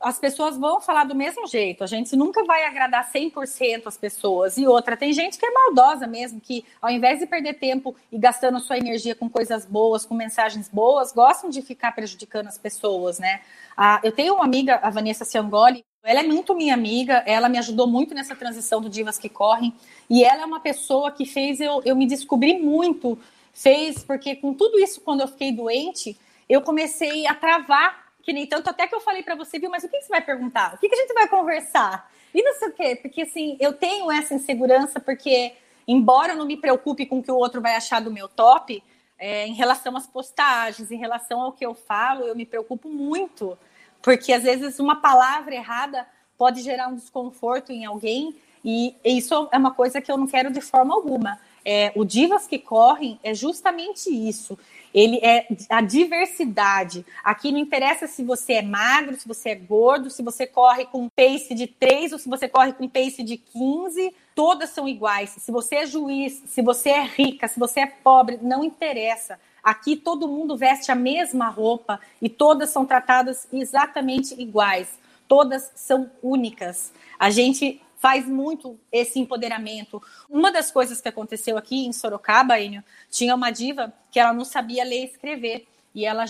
as pessoas vão falar do mesmo jeito. A gente nunca vai agradar 100% as pessoas. E outra, tem gente que é maldosa mesmo, que ao invés de perder tempo e gastando sua energia com coisas boas, com mensagens boas, gostam de ficar prejudicando as pessoas, né? Eu tenho uma amiga, a Vanessa Ciangoli, ela é muito minha amiga, ela me ajudou muito nessa transição do Divas que Correm, e ela é uma pessoa que fez eu me descobrir muito, porque com tudo isso, quando eu fiquei doente, eu comecei a travar, que nem tanto até que eu falei para você, viu, mas o que você vai perguntar? O que a gente vai conversar? E não sei o quê, porque assim, eu tenho essa insegurança, porque embora eu não me preocupe com o que o outro vai achar do meu top, em relação às postagens, em relação ao que eu falo, eu me preocupo muito, porque às vezes uma palavra errada pode gerar um desconforto em alguém, e isso é uma coisa que eu não quero de forma alguma. O Divas que Correm é justamente isso. Ele é a diversidade. Aqui não interessa se você é magro, se você é gordo, se você corre com pace de 3 ou se você corre com pace de 15, todas são iguais. Se você é juiz, se você é rica, se você é pobre, não interessa. Aqui todo mundo veste a mesma roupa e todas são tratadas exatamente iguais. Todas são únicas. A gente faz muito esse empoderamento. Uma das coisas que aconteceu aqui em Sorocaba, Enio, tinha uma diva que ela não sabia ler e escrever. E ela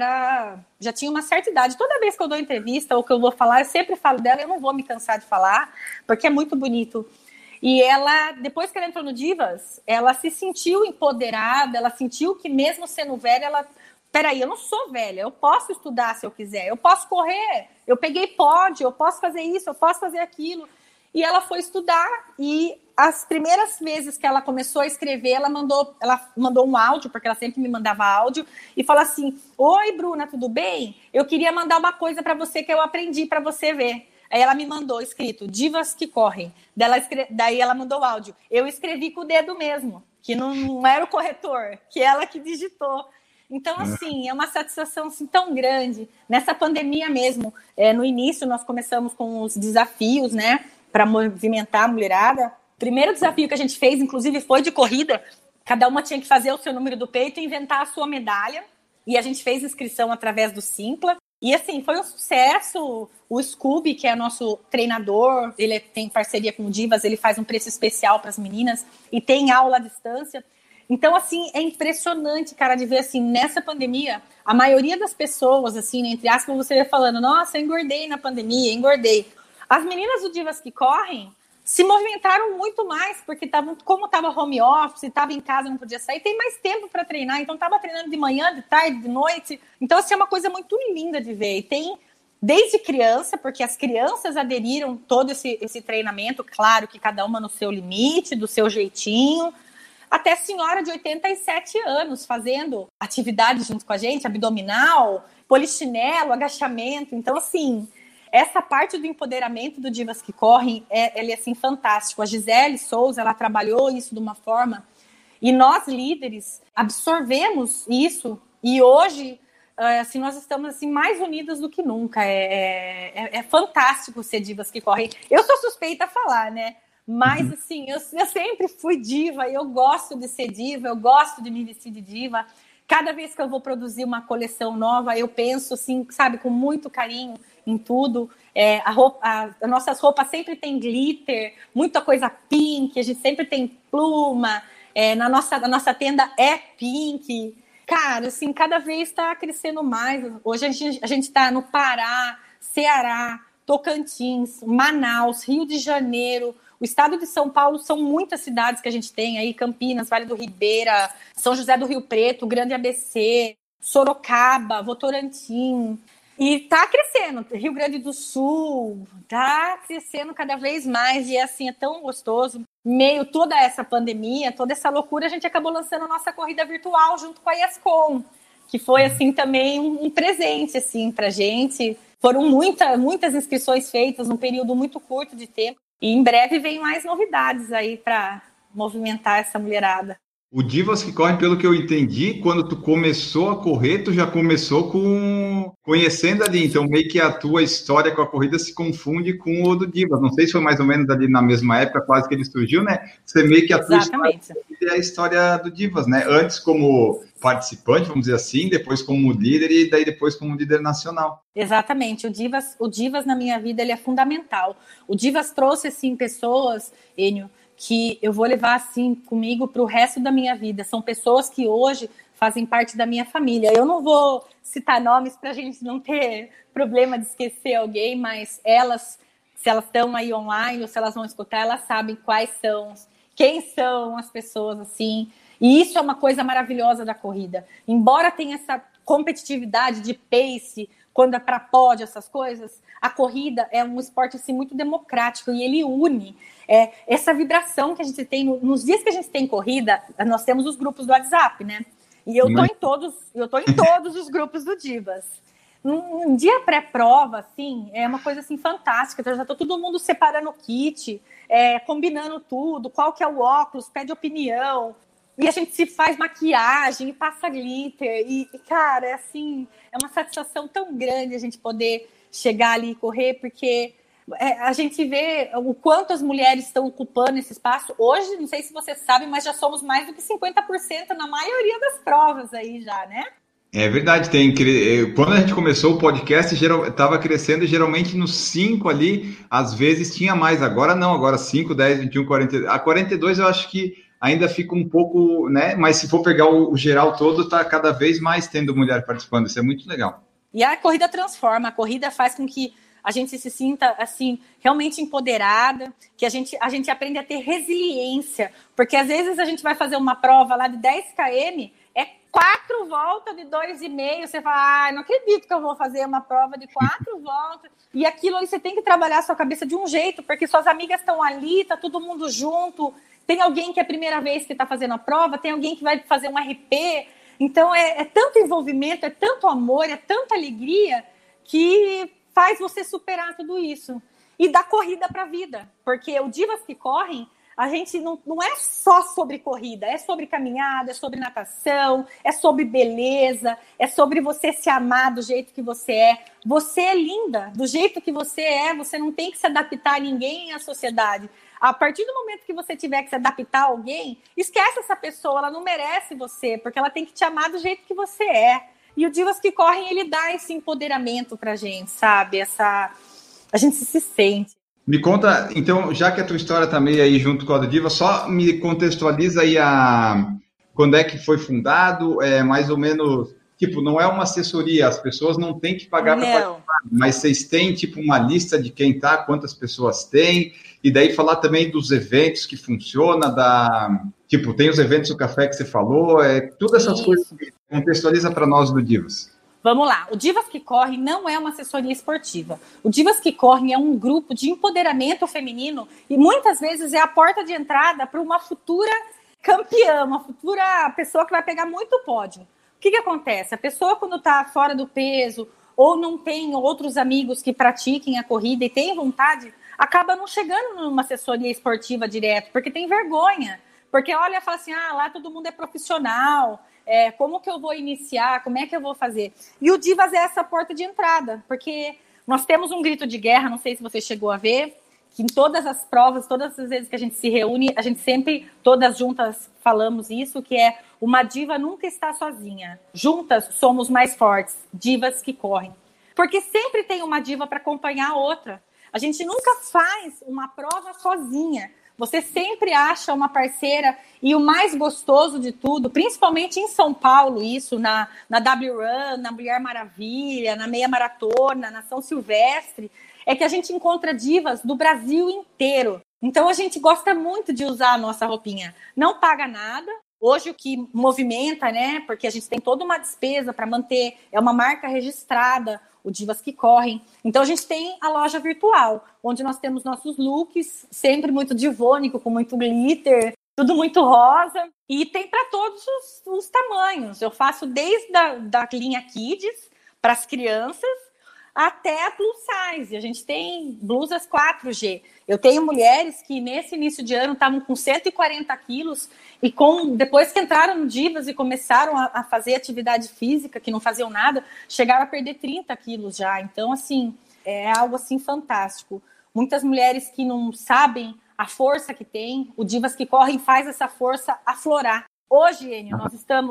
já tinha uma certa idade. Toda vez que eu dou entrevista ou que eu vou falar, eu sempre falo dela, eu não vou me cansar de falar, porque é muito bonito. E ela, depois que ela entrou no Divas, ela se sentiu empoderada, ela sentiu que mesmo sendo velha, peraí, eu não sou velha, eu posso estudar se eu quiser, eu posso correr, eu peguei pódio, eu posso fazer isso, eu posso fazer aquilo. E ela foi estudar e as primeiras vezes que ela começou a escrever, ela mandou um áudio, porque ela sempre me mandava áudio, e falou assim: oi, Bruna, tudo bem? Eu queria mandar uma coisa para você que eu aprendi para você ver. Aí ela me mandou escrito, Divas que Correm. Daí ela mandou o áudio. Eu escrevi com o dedo mesmo, que não era o corretor, que ela que digitou. Então, assim, é uma satisfação assim, tão grande. Nessa pandemia mesmo, no início nós começamos com os desafios, né, para movimentar a mulherada. O primeiro desafio que a gente fez, inclusive, foi de corrida. Cada uma tinha que fazer o seu número do peito e inventar a sua medalha. E a gente fez inscrição através do Simpla. E, assim, foi um sucesso. O Scooby, que é nosso treinador, ele tem parceria com o Divas, ele faz um preço especial para as meninas e tem aula à distância. Então, assim, é impressionante, cara, de ver, assim, nessa pandemia, a maioria das pessoas, assim, entre aspas, você vai falando, nossa, eu engordei na pandemia, engordei. As meninas do Divas que Correm se movimentaram muito mais, porque como estava home office, estava em casa, não podia sair, tem mais tempo para treinar, então estava treinando de manhã, de tarde, de noite. Então, assim, é uma coisa muito linda de ver. E tem desde criança, porque as crianças aderiram todo esse treinamento, claro que cada uma no seu limite, do seu jeitinho, até senhora de 87 anos fazendo atividade junto com a gente, abdominal, polichinelo, agachamento. Então, assim, essa parte do empoderamento do Divas que Correm, ele é assim, fantástico. A Gisele Souza, ela trabalhou isso de uma forma, e nós, líderes, absorvemos isso, e hoje, assim, nós estamos assim, mais unidas do que nunca. É fantástico ser Divas que Correm. Eu sou suspeita a falar, né? Mas, assim, eu sempre fui diva, eu gosto de ser diva, eu gosto de me vestir de diva. Cada vez que eu vou produzir uma coleção nova, eu penso, assim, sabe, com muito carinho em tudo. As nossas roupas sempre tem glitter, muita coisa pink, a gente sempre tem pluma, na nossa tenda é pink. Cara, assim, cada vez está crescendo mais. Hoje a gente está no Pará, Ceará, Tocantins, Manaus, Rio de Janeiro. O estado de São Paulo são muitas cidades que a gente tem aí, Campinas, Vale do Ribeira, São José do Rio Preto, Grande ABC, Sorocaba, Votorantim. E tá crescendo, Rio Grande do Sul, tá crescendo cada vez mais e assim, é tão gostoso. Meio toda essa pandemia, toda essa loucura, a gente acabou lançando a nossa corrida virtual junto com a Yascom, que foi assim também um presente assim pra gente. Foram muitas inscrições feitas num período muito curto de tempo. E em breve vem mais novidades aí para movimentar essa mulherada.
O Divas que Correm, pelo que eu entendi, quando tu começou a correr, tu já começou conhecendo ali. Então, meio que a tua história com a corrida se confunde com o do Divas. Não sei se foi mais ou menos ali na mesma época, quase que ele surgiu, né? Você meio que a tua história é a história do Divas, né? Antes, como participante, vamos dizer assim, depois como líder e daí depois como líder nacional.
Exatamente, o Divas na minha vida ele é fundamental. O Divas trouxe assim pessoas, Enio, que eu vou levar assim comigo para o resto da minha vida. São pessoas que hoje fazem parte da minha família. Eu não vou citar nomes para a gente não ter problema de esquecer alguém, mas elas, se elas estão aí online ou se elas vão escutar, elas sabem quem são as pessoas assim. E isso é uma coisa maravilhosa da corrida. Embora tenha essa competitividade de pace, quando é para pódio, essas coisas, a corrida é um esporte assim, muito democrático e ele une essa vibração que a gente tem. Nos dias que a gente tem corrida, nós temos os grupos do WhatsApp, né? E eu tô em todos os grupos do Divas. Um dia pré-prova, assim, é uma coisa assim fantástica. Já tá todo mundo separando o kit, combinando tudo, qual que é o óculos, pede opinião. E a gente se faz maquiagem e passa glitter. E cara, é assim, é uma satisfação tão grande a gente poder chegar ali e correr, porque a gente vê o quanto as mulheres estão ocupando esse espaço. Hoje, não sei se você sabe, mas já somos mais do que 50% na maioria das provas aí já, né?
É verdade, quando a gente começou o podcast, estava crescendo geralmente nos 5 ali, às vezes tinha mais, agora não, agora 5, 10, 21, 40, a 42 eu acho que ainda fica um pouco, né, mas se for pegar o geral todo, tá cada vez mais tendo mulher participando, isso é muito legal.
E a corrida transforma, a corrida faz com que a gente se sinta, assim, realmente empoderada, que a gente aprende a ter resiliência, porque às vezes a gente vai fazer uma prova lá de 10 km, 4 voltas de 2,5, você fala, não acredito que eu vou fazer uma prova de 4 voltas, e aquilo aí você tem que trabalhar a sua cabeça de um jeito, porque suas amigas estão ali, tá todo mundo junto, tem alguém que é a primeira vez que está fazendo a prova, tem alguém que vai fazer um RP, então é tanto envolvimento, é tanto amor, é tanta alegria, que faz você superar tudo isso, e dá corrida para a vida, porque o Divas que Correm, a gente não é só sobre corrida, é sobre caminhada, é sobre natação, é sobre beleza, é sobre você se amar do jeito que você é. Você é linda do jeito que você é, você não tem que se adaptar a ninguém, à sociedade. A partir do momento que você tiver que se adaptar a alguém, esquece essa pessoa, ela não merece você, porque ela tem que te amar do jeito que você é. E o Divas que Correm, ele dá esse empoderamento pra gente, sabe? A gente se sente.
Me conta, então, já que a tua história está meio aí junto com a do Diva, só me contextualiza aí quando é que foi fundado, mais ou menos, tipo, não é uma assessoria, as pessoas não têm que pagar para participar, mas vocês têm, tipo, uma lista de quem tá, quantas pessoas tem, e daí falar também dos eventos que funciona, tipo, tem os eventos do café que você falou, todas essas coisas que contextualiza para nós do Divas.
Vamos lá, o Divas que Correm não é uma assessoria esportiva. O Divas que Correm é um grupo de empoderamento feminino e muitas vezes é a porta de entrada para uma futura campeã, uma futura pessoa que vai pegar muito pódio. O que acontece? A pessoa quando está fora do peso ou não tem outros amigos que pratiquem a corrida e tem vontade, acaba não chegando numa assessoria esportiva direto, porque tem vergonha. Porque olha e fala assim, lá todo mundo é profissional, como que eu vou iniciar, como é que eu vou fazer? E o Divas é essa porta de entrada, porque nós temos um grito de guerra, não sei se você chegou a ver, que em todas as provas, todas as vezes que a gente se reúne, a gente sempre, todas juntas falamos isso, que é uma diva nunca está sozinha. Juntas somos mais fortes, divas que correm. Porque sempre tem uma diva para acompanhar a outra. A gente nunca faz uma prova sozinha. Você sempre acha uma parceira e o mais gostoso de tudo, principalmente em São Paulo, isso, na W-Run, na Mulher Maravilha, na Meia Maratona, na São Silvestre, é que a gente encontra divas do Brasil inteiro. Então a gente gosta muito de usar a nossa roupinha. Não paga nada. Hoje o que movimenta, né? Porque a gente tem toda uma despesa para manter, é uma marca registrada, o Divas que Correm. Então a gente tem a loja virtual, onde nós temos nossos looks, sempre muito divônico, com muito glitter, tudo muito rosa. E tem para todos os tamanhos. Eu faço desde da linha Kids, para as crianças, até a plus size. A gente tem blusas 4G. Eu tenho mulheres que nesse início de ano estavam com 140 quilos e depois que entraram no Divas e começaram a fazer atividade física, que não faziam nada, chegaram a perder 30 quilos já. Então, assim, é algo assim fantástico. Muitas mulheres que não sabem a força que tem, o Divas que Correm faz essa força aflorar. Hoje, Enio, nós estamos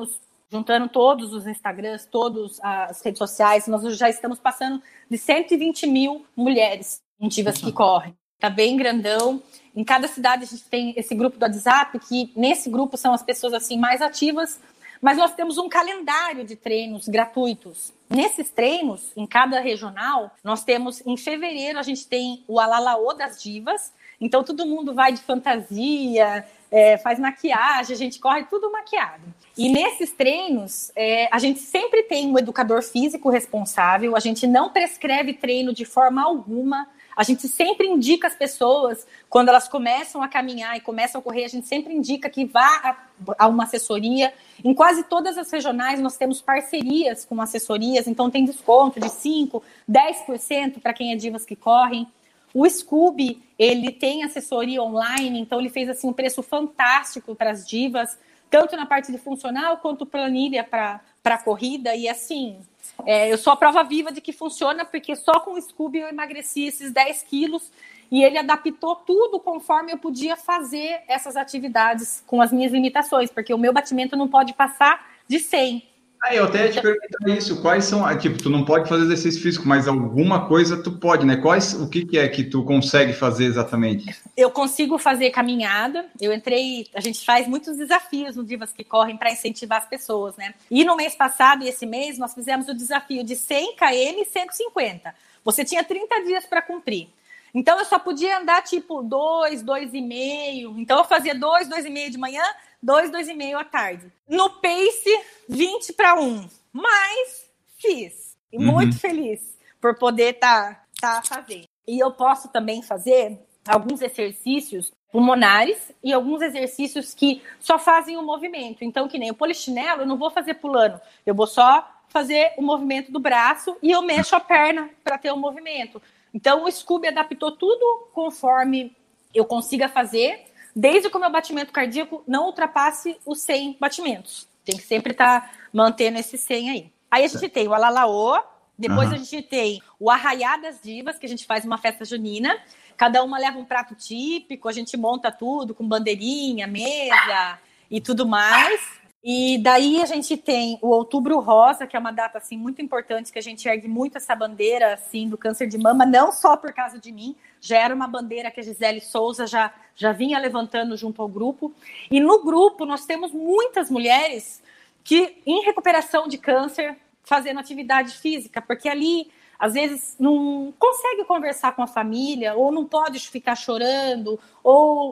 juntando todos os Instagrams, todas as redes sociais, nós já estamos passando de 120 mil mulheres em Divas que Correm. Tá bem grandão. Em cada cidade a gente tem esse grupo do WhatsApp, que nesse grupo são as pessoas assim mais ativas, mas nós temos um calendário de treinos gratuitos. Nesses treinos, em cada regional, nós temos, em fevereiro, a gente tem o Alalaô das Divas, então todo mundo vai de fantasia, faz maquiagem, a gente corre tudo maquiado. E nesses treinos, a gente sempre tem um educador físico responsável, a gente não prescreve treino de forma alguma, a gente sempre indica as pessoas, quando elas começam a caminhar e começam a correr, a gente sempre indica que vá a uma assessoria. Em quase todas as regionais nós temos parcerias com assessorias, então tem desconto de 5%, 10% para quem é Divas que Correm. O Scooby, ele tem assessoria online, então ele fez assim, um preço fantástico para as divas, tanto na parte de funcional quanto planilha para a corrida. E assim, eu sou a prova viva de que funciona, porque só com o Scooby eu emagreci esses 10 quilos e ele adaptou tudo conforme eu podia fazer essas atividades com as minhas limitações, porque o meu batimento não pode passar de 100.
Eu até ia te perguntar isso, quais são, tipo, tu não pode fazer exercício físico, mas alguma coisa tu pode, né? O que é que tu consegue fazer exatamente?
Eu consigo fazer caminhada, a gente faz muitos desafios no Divas que Correm para incentivar as pessoas, né? E no mês passado e esse mês nós fizemos o desafio de 100 km e 150. Você tinha 30 dias para cumprir. Então eu só podia andar tipo 2,5. Então eu fazia 2,5 de manhã, 2,5 à tarde. No pace, 20 para 1. Mas fiz. E muito feliz por poder tá fazendo. E eu posso também fazer alguns exercícios pulmonares e alguns exercícios que só fazem o movimento. Então, que nem o polichinelo, eu não vou fazer pulando. Eu vou só fazer o movimento do braço e eu mexo a perna para ter o movimento. Então, o Scooby adaptou tudo conforme eu consiga fazer, desde que o meu batimento cardíaco não ultrapasse os 100 batimentos. Tem que sempre estar mantendo esse 100 aí. Aí a gente tem o Alalaô, depois a gente tem o Arraiá das Divas, que a gente faz uma festa junina. Cada uma leva um prato típico, a gente monta tudo com bandeirinha, mesa e tudo mais. E daí a gente tem o Outubro Rosa, que é uma data assim, muito importante, que a gente ergue muito essa bandeira assim, do câncer de mama, não só por causa de mim, já era uma bandeira que a Gisele Souza já vinha levantando junto ao grupo. E no grupo nós temos muitas mulheres que em recuperação de câncer, fazendo atividade física, porque ali às vezes não consegue conversar com a família, ou não pode ficar chorando, ou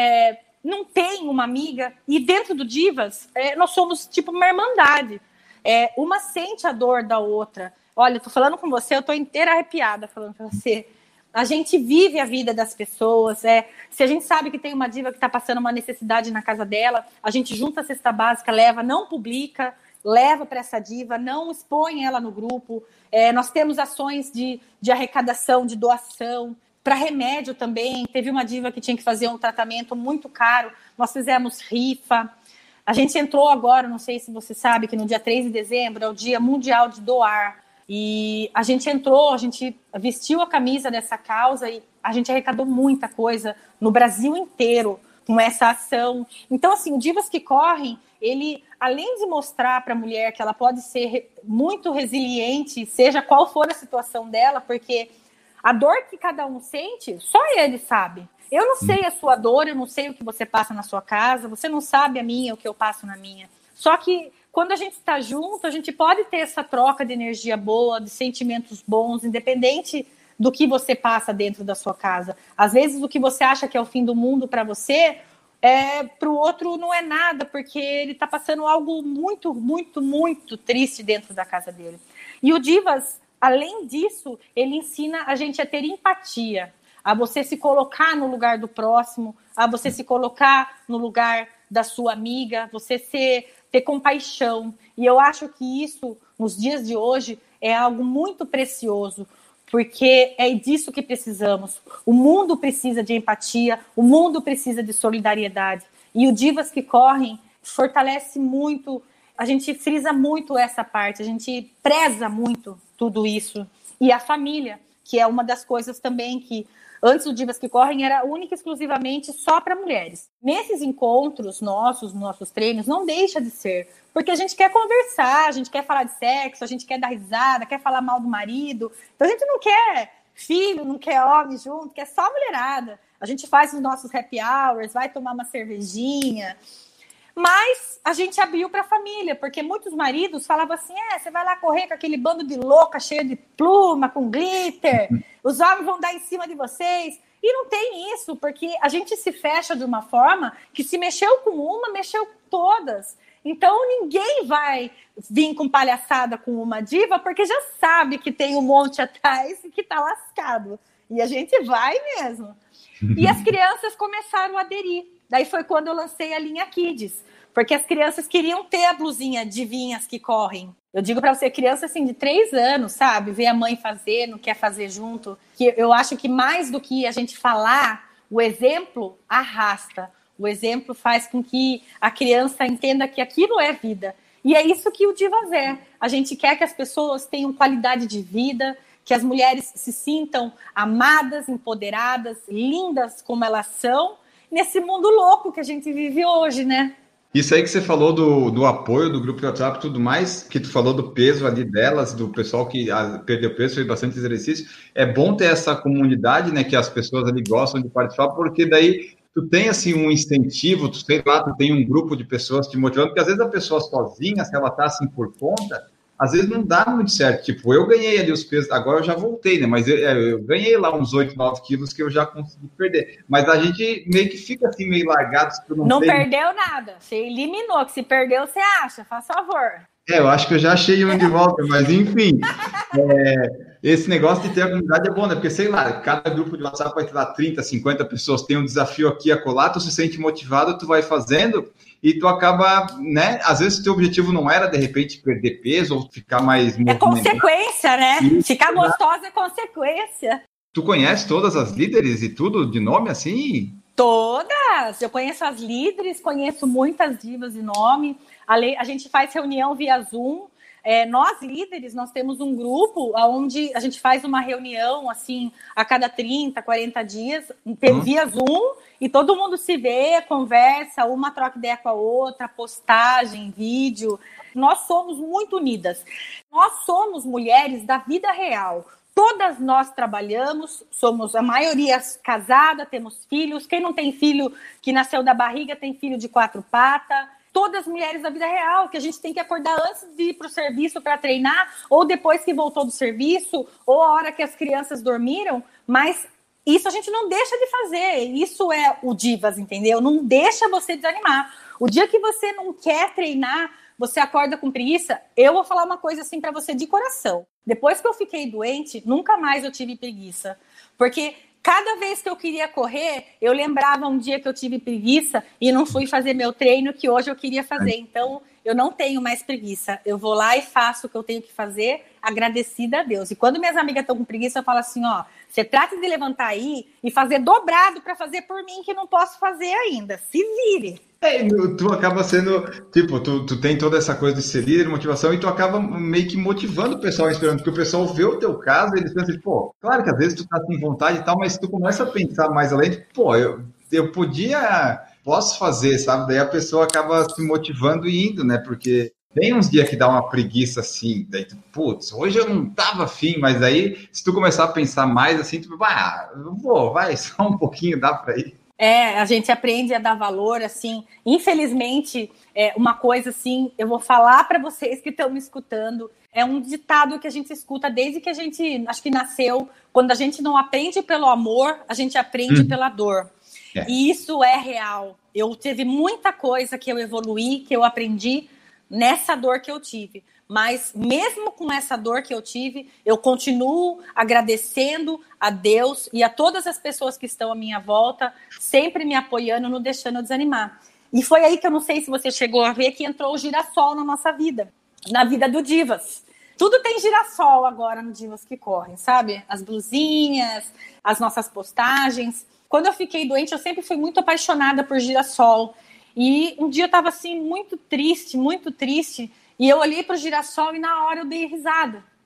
não tem uma amiga. E dentro do Divas, nós somos tipo uma irmandade. Uma sente a dor da outra. Olha, eu tô falando com você, eu tô inteira arrepiada falando com você. A gente vive a vida das pessoas. Se a gente sabe que tem uma diva que está passando uma necessidade na casa dela, a gente junta a cesta básica, leva, não publica, leva para essa diva, não expõe ela no grupo. Nós temos ações de arrecadação, de doação. Para remédio também, teve uma diva que tinha que fazer um tratamento muito caro, nós fizemos rifa. A gente entrou agora, não sei se você sabe, que no dia 3 de dezembro é o Dia Mundial de Doar. E a gente entrou, a gente vestiu a camisa dessa causa e a gente arrecadou muita coisa no Brasil inteiro com essa ação. Então, assim, o Divas que Correm, ele, além de mostrar para a mulher que ela pode ser muito resiliente, seja qual for a situação dela, porque a dor que cada um sente, só ele sabe. Eu não sei a sua dor, eu não sei o que você passa na sua casa, você não sabe a minha, o que eu passo na minha. Só que quando a gente está junto, a gente pode ter essa troca de energia boa, de sentimentos bons, independente do que você passa dentro da sua casa. Às vezes o que você acha que é o fim do mundo para você, para o outro não é nada, porque ele está passando algo muito, muito, muito triste dentro da casa dele. E o Divas, além disso, ele ensina a gente a ter empatia, a você se colocar no lugar do próximo, a você se colocar no lugar da sua amiga, você ter compaixão. E eu acho que isso, nos dias de hoje, é algo muito precioso, porque é disso que precisamos. O mundo precisa de empatia, o mundo precisa de solidariedade. E o Divas que Correm fortalece muito, a gente frisa muito essa parte, a gente preza muito tudo isso. E a família, que é uma das coisas também que Antes do Divas que Correm era única e exclusivamente só para mulheres. Nesses encontros nossos treinos, não deixa de ser. Porque a gente quer conversar, a gente quer falar de sexo, a gente quer dar risada, quer falar mal do marido. Então a gente não quer filho, não quer homem junto, quer só mulherada. A gente faz os nossos happy hours, vai tomar uma cervejinha. Mas a gente abriu para a família, porque muitos maridos falavam assim, você vai lá correr com aquele bando de louca, cheio de pluma, com glitter, os homens vão dar em cima de vocês. E não tem isso, porque a gente se fecha de uma forma que se mexeu com uma, mexeu com todas. Então ninguém vai vir com palhaçada com uma diva, porque já sabe que tem um monte atrás e que tá lascado. E a gente vai mesmo. E as crianças começaram a aderir. Daí foi quando eu lancei a linha Kids, porque as crianças queriam ter a blusinha Divinhas que Correm. Eu digo para você, criança assim de 3 anos, sabe? Ver a mãe fazer, não quer fazer junto. Que eu acho que mais do que a gente falar, o exemplo arrasta. O exemplo faz com que a criança entenda que aquilo é vida. E é isso que o Divas é. A gente quer que as pessoas tenham qualidade de vida, que as mulheres se sintam amadas, empoderadas, lindas como elas são, nesse mundo louco que a gente vive hoje, né?
Isso aí que você falou do apoio do grupo de WhatsApp e tudo mais, que tu falou do peso ali delas, do pessoal que perdeu peso, fez bastante exercício. É bom ter essa comunidade, né, que as pessoas ali gostam de participar, porque daí tu tem, assim, um incentivo, tu tem um grupo de pessoas te motivando, porque às vezes a pessoa sozinha, se ela tá, assim, por conta, às vezes não dá muito certo. Tipo, eu ganhei ali os pesos, agora eu já voltei, né? Mas eu ganhei lá uns 8, 9 quilos que eu já consegui perder. Mas a gente meio que fica assim, meio largado.
Não perdeu nada. Você eliminou, que se perdeu, você acha. Faz favor.
Eu acho que eu já achei um de volta, mas enfim. Esse negócio de ter a comunidade é bom, né? Porque, sei lá, cada grupo de WhatsApp vai ter lá 30, 50 pessoas, tem um desafio aqui a colar, tu se sente motivado, tu vai fazendo e tu acaba, né? Às vezes o teu objetivo não era, de repente, perder peso ou ficar mais...
É consequência, né? Isso, ficar gostosa é consequência.
Tu conhece todas as líderes e tudo de nome assim?
Todas! Eu conheço as líderes, conheço muitas divas de nome. A gente faz reunião via Zoom. Nós, líderes, nós temos um grupo onde a gente faz uma reunião, assim, a cada 30, 40 dias, via Zoom, e todo mundo se vê, conversa, uma troca ideia com a outra, postagem, vídeo. Nós somos muito unidas. Nós somos mulheres da vida real. Todas nós trabalhamos, somos a maioria casada, temos filhos. Quem não tem filho que nasceu da barriga tem filho de 4 patas. Todas mulheres da vida real, que a gente tem que acordar antes de ir para o serviço para treinar, ou depois que voltou do serviço, ou a hora que as crianças dormiram, mas isso a gente não deixa de fazer. Isso é o Divas, entendeu? Não deixa você desanimar. O dia que você não quer treinar, você acorda com preguiça, eu vou falar uma coisa assim para você de coração. Depois que eu fiquei doente, nunca mais eu tive preguiça. Porque cada vez que eu queria correr, eu lembrava um dia que eu tive preguiça e não fui fazer meu treino que hoje eu queria fazer. Então, eu não tenho mais preguiça. Eu vou lá e faço o que eu tenho que fazer, agradecida a Deus. E quando minhas amigas estão com preguiça, eu falo assim, você trata de levantar aí e fazer dobrado para fazer por mim, que não posso fazer ainda. Se vire.
Tu acaba sendo, tipo, tu tem toda essa coisa de ser líder, motivação, e tu acaba meio que motivando o pessoal, esperando, porque o pessoal vê o teu caso e eles pensam assim, claro que às vezes tu tá sem vontade e tal, mas tu começa a pensar mais além, eu posso fazer, sabe? Daí a pessoa acaba se motivando e indo, né? Porque tem uns dias que dá uma preguiça assim, daí tu, hoje eu não tava afim, mas aí se tu começar a pensar mais assim, tu vai, só um pouquinho, dá pra ir.
A gente aprende a dar valor, assim, infelizmente, uma coisa assim, eu vou falar para vocês que estão me escutando, é um ditado que a gente escuta desde que a gente, acho que nasceu, quando a gente não aprende pelo amor, a gente aprende pela dor. E isso é real. Teve muita coisa que eu evoluí, que eu aprendi nessa dor que eu tive. Mas mesmo com essa dor que eu tive, eu continuo agradecendo a Deus e a todas as pessoas que estão à minha volta, sempre me apoiando, não deixando eu desanimar. E foi aí que eu não sei se você chegou a ver que entrou o girassol na nossa vida, na vida do Divas. Tudo tem girassol agora no Divas que Correm, sabe? As blusinhas, as nossas postagens. Quando eu fiquei doente, eu sempre fui muito apaixonada por girassol. E um dia eu estava assim, muito triste, e eu olhei para o girassol e na hora eu dei risada.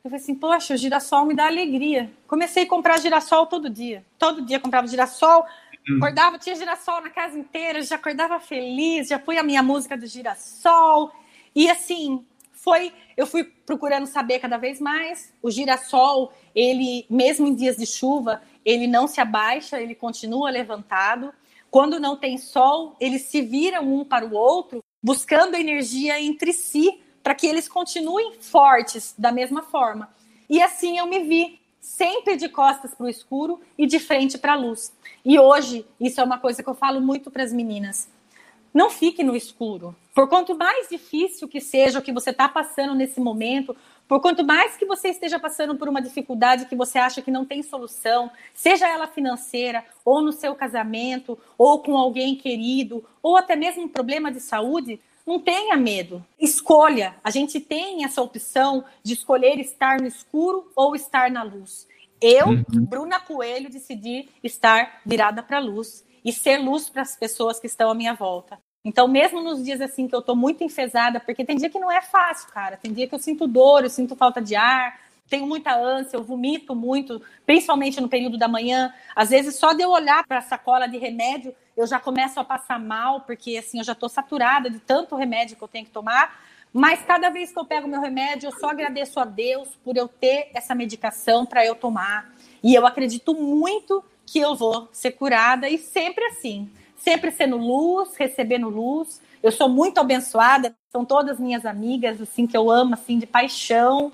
Eu falei assim, poxa, o girassol me dá alegria. Comecei a comprar girassol todo dia. Todo dia comprava girassol, acordava, tinha girassol na casa inteira, já acordava feliz, já fui a minha música do girassol. E assim, eu fui procurando saber cada vez mais. O girassol, ele, mesmo em dias de chuva, ele não se abaixa, ele continua levantado. Quando não tem sol, eles se viram um para o outro, buscando energia entre si, para que eles continuem fortes da mesma forma. E assim eu me vi, sempre de costas para o escuro e de frente para a luz. E hoje, isso é uma coisa que eu falo muito para as meninas. Não fique no escuro. Por quanto mais difícil que seja o que você está passando nesse momento, por quanto mais que você esteja passando por uma dificuldade que você acha que não tem solução, seja ela financeira, ou no seu casamento, ou com alguém querido, ou até mesmo um problema de saúde, não tenha medo. Escolha. A gente tem essa opção de escolher estar no escuro ou estar na luz. Eu, Bruna Coelho, decidi estar virada para a luz e ser luz para as pessoas que estão à minha volta. Então, mesmo nos dias assim que eu tô muito enfesada, porque tem dia que não é fácil, cara. Tem dia que eu sinto dor, eu sinto falta de ar, tenho muita ânsia, eu vomito muito, principalmente no período da manhã. Às vezes, só de eu olhar para a sacola de remédio, eu já começo a passar mal, porque assim, eu já tô saturada de tanto remédio que eu tenho que tomar. Mas cada vez que eu pego meu remédio, eu só agradeço a Deus por eu ter essa medicação para eu tomar. E eu acredito muito que eu vou ser curada e sempre assim. Sempre sendo luz, recebendo luz. Eu sou muito abençoada, são todas minhas amigas, assim, que eu amo, assim, de paixão.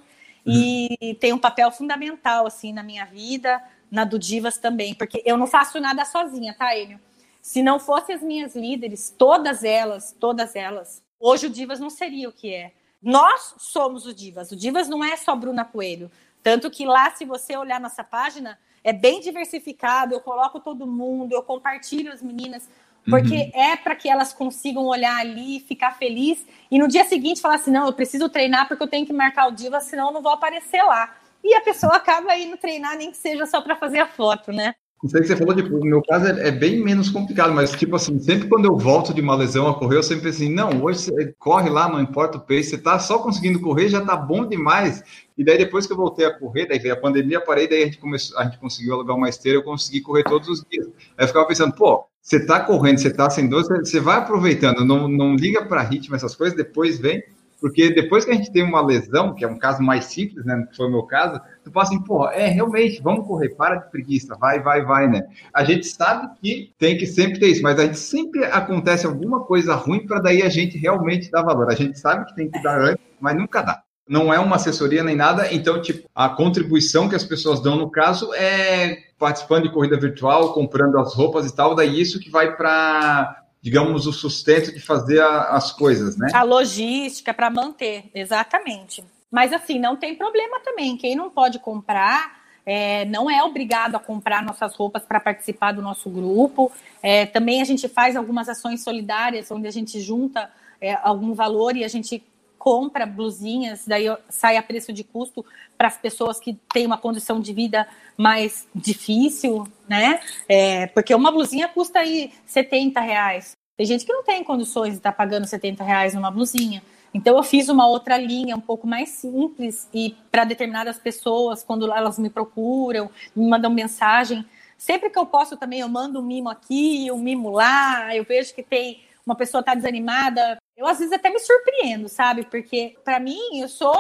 E tem um papel fundamental, assim, na minha vida, na do Divas também. Porque eu não faço nada sozinha, tá, Enio? Se não fossem as minhas líderes, todas elas, hoje o Divas não seria o que é. Nós somos o Divas. O Divas não é só Bruna Coelho. Tanto que lá, se você olhar nossa página, é bem diversificado, eu coloco todo mundo, eu compartilho as meninas, porque é para que elas consigam olhar ali, ficar feliz, e no dia seguinte falar assim, não, eu preciso treinar porque eu tenho que marcar o Divas, senão eu não vou aparecer lá. E a pessoa acaba indo treinar, nem que seja só para fazer a foto, né?
Não sei o que você falou, tipo, no meu caso é bem menos complicado, mas tipo assim, sempre quando eu volto de uma lesão a correr, eu sempre assim, não, hoje você corre lá, não importa o pace, você tá só conseguindo correr, já tá bom demais. E daí depois que eu voltei a correr, daí veio a pandemia, parei, daí a gente conseguiu alugar uma esteira, eu consegui correr todos os dias. Aí eu ficava pensando, pô, você tá correndo, você tá sem dor, você vai aproveitando, não liga para ritmo, essas coisas, depois vem. Porque depois que a gente tem uma lesão, que é um caso mais simples, né, que foi o meu caso, tu fala assim, pô, realmente, vamos correr, para de preguiça, vai, né? A gente sabe que tem que sempre ter isso, mas a gente sempre acontece alguma coisa ruim para daí a gente realmente dar valor. A gente sabe que tem que dar antes, mas nunca dá. Não é uma assessoria nem nada, então, tipo, a contribuição que as pessoas dão, no caso, é participando de corrida virtual, comprando as roupas e tal, daí isso que vai para, digamos, o sustento de fazer as coisas, né?
A logística para manter, exatamente. Mas assim, não tem problema também. Quem não pode comprar, não é obrigado a comprar nossas roupas para participar do nosso grupo. Também a gente faz algumas ações solidárias, onde a gente junta algum valor e a gente compra blusinhas, daí sai a preço de custo para as pessoas que têm uma condição de vida mais difícil, né? Porque uma blusinha custa aí R$70. Tem gente que não tem condições de estar pagando R$70 numa blusinha. Então eu fiz uma outra linha um pouco mais simples e para determinadas pessoas, quando elas me procuram, me mandam mensagem, sempre que eu posso também eu mando um mimo aqui, um mimo lá, eu vejo que tem uma pessoa tá desanimada, eu às vezes até me surpreendo, sabe? Porque para mim eu sou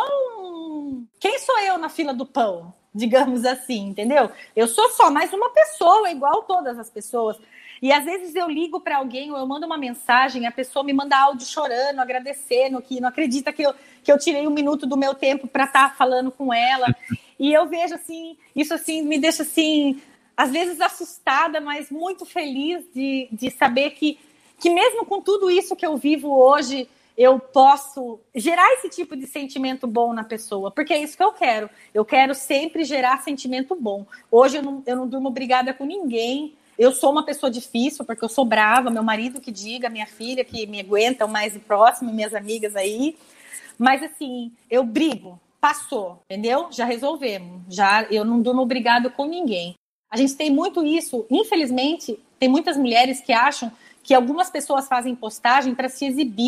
quem sou eu na fila do pão, digamos assim, entendeu? Eu sou só mais uma pessoa, igual todas as pessoas. E às vezes eu ligo para alguém ou eu mando uma mensagem, a pessoa me manda áudio chorando, agradecendo, que não acredita que eu tirei um minuto do meu tempo para estar falando com ela. E eu vejo assim, isso assim me deixa assim, às vezes assustada, mas muito feliz de saber que mesmo com tudo isso que eu vivo hoje, eu posso gerar esse tipo de sentimento bom na pessoa, porque é isso que eu quero. Eu quero sempre gerar sentimento bom. Hoje eu não durmo brigada com ninguém. Eu sou uma pessoa difícil, porque eu sou brava, meu marido que diga, minha filha que me aguenta, o mais próximo, minhas amigas aí. Mas assim, eu brigo, passou, entendeu? Já resolvemos, eu não durmo brigado com ninguém. A gente tem muito isso, infelizmente, tem muitas mulheres que acham que algumas pessoas fazem postagem para se exibir,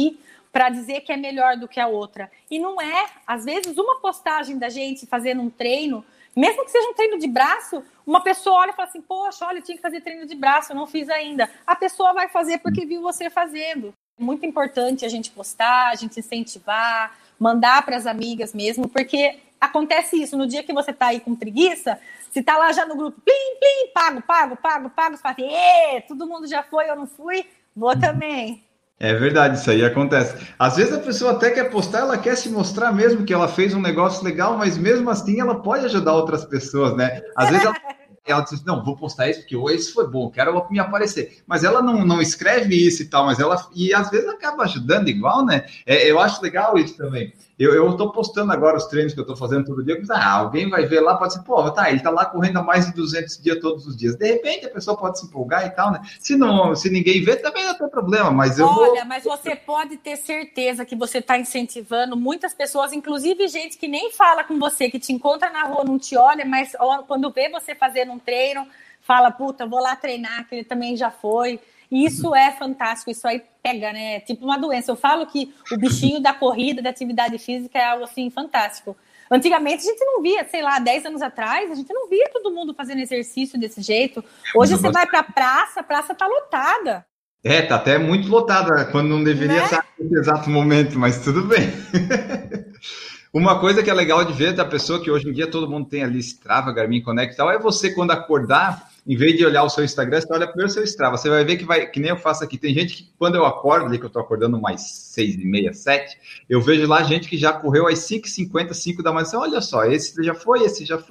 para dizer que é melhor do que a outra. E não é. Às vezes, uma postagem da gente fazendo um treino, mesmo que seja um treino de braço, uma pessoa olha e fala assim, poxa, olha, eu tinha que fazer treino de braço, eu não fiz ainda. A pessoa vai fazer porque viu você fazendo. É muito importante a gente postar, a gente incentivar, mandar para as amigas mesmo, porque acontece isso, no dia que você tá aí com preguiça, se tá lá já no grupo, plim, plim, pago, você fala assim, todo mundo já foi, eu não fui, vou também.
É verdade, isso aí acontece. Às vezes a pessoa até quer postar, ela quer se mostrar mesmo que ela fez um negócio legal, mas mesmo assim ela pode ajudar outras pessoas, né? Às vezes ela diz, não, vou postar isso porque esse foi bom, quero me aparecer. Mas ela não escreve isso e tal, e às vezes acaba ajudando igual, né? Eu acho legal isso também. Eu tô postando agora os treinos que eu tô fazendo todo dia, alguém vai ver lá, pode ser, ele tá lá correndo há mais de 200 dias todos os dias. De repente a pessoa pode se empolgar e tal, né? Se ninguém vê, também não tem problema, mas
mas você pode ter certeza que você tá incentivando muitas pessoas, inclusive gente que nem fala com você, que te encontra na rua, não te olha, mas quando vê você fazendo um treino, fala, puta, vou lá treinar, que ele também já foi. E isso é fantástico, isso aí pega, né? É tipo uma doença. Eu falo que o bichinho da corrida, da atividade física é algo assim fantástico. Antigamente a gente não via, 10 anos atrás, a gente não via todo mundo fazendo exercício desse jeito. Hoje você vai pra praça, a praça tá lotada.
Tá até muito lotada, quando não deveria estar nesse exato momento, mas tudo bem. Uma coisa que é legal de ver da pessoa, que hoje em dia todo mundo tem ali Strava, Garmin Connect e tal, é você quando acordar, em vez de olhar o seu Instagram, você olha primeiro o seu Strava. Você vai ver que nem eu faço aqui. Tem gente que, quando eu acordo, ali que eu tô acordando mais 6h30, 7, eu vejo lá gente que já correu às 5h50, 5 da manhã. Olha só, esse já foi.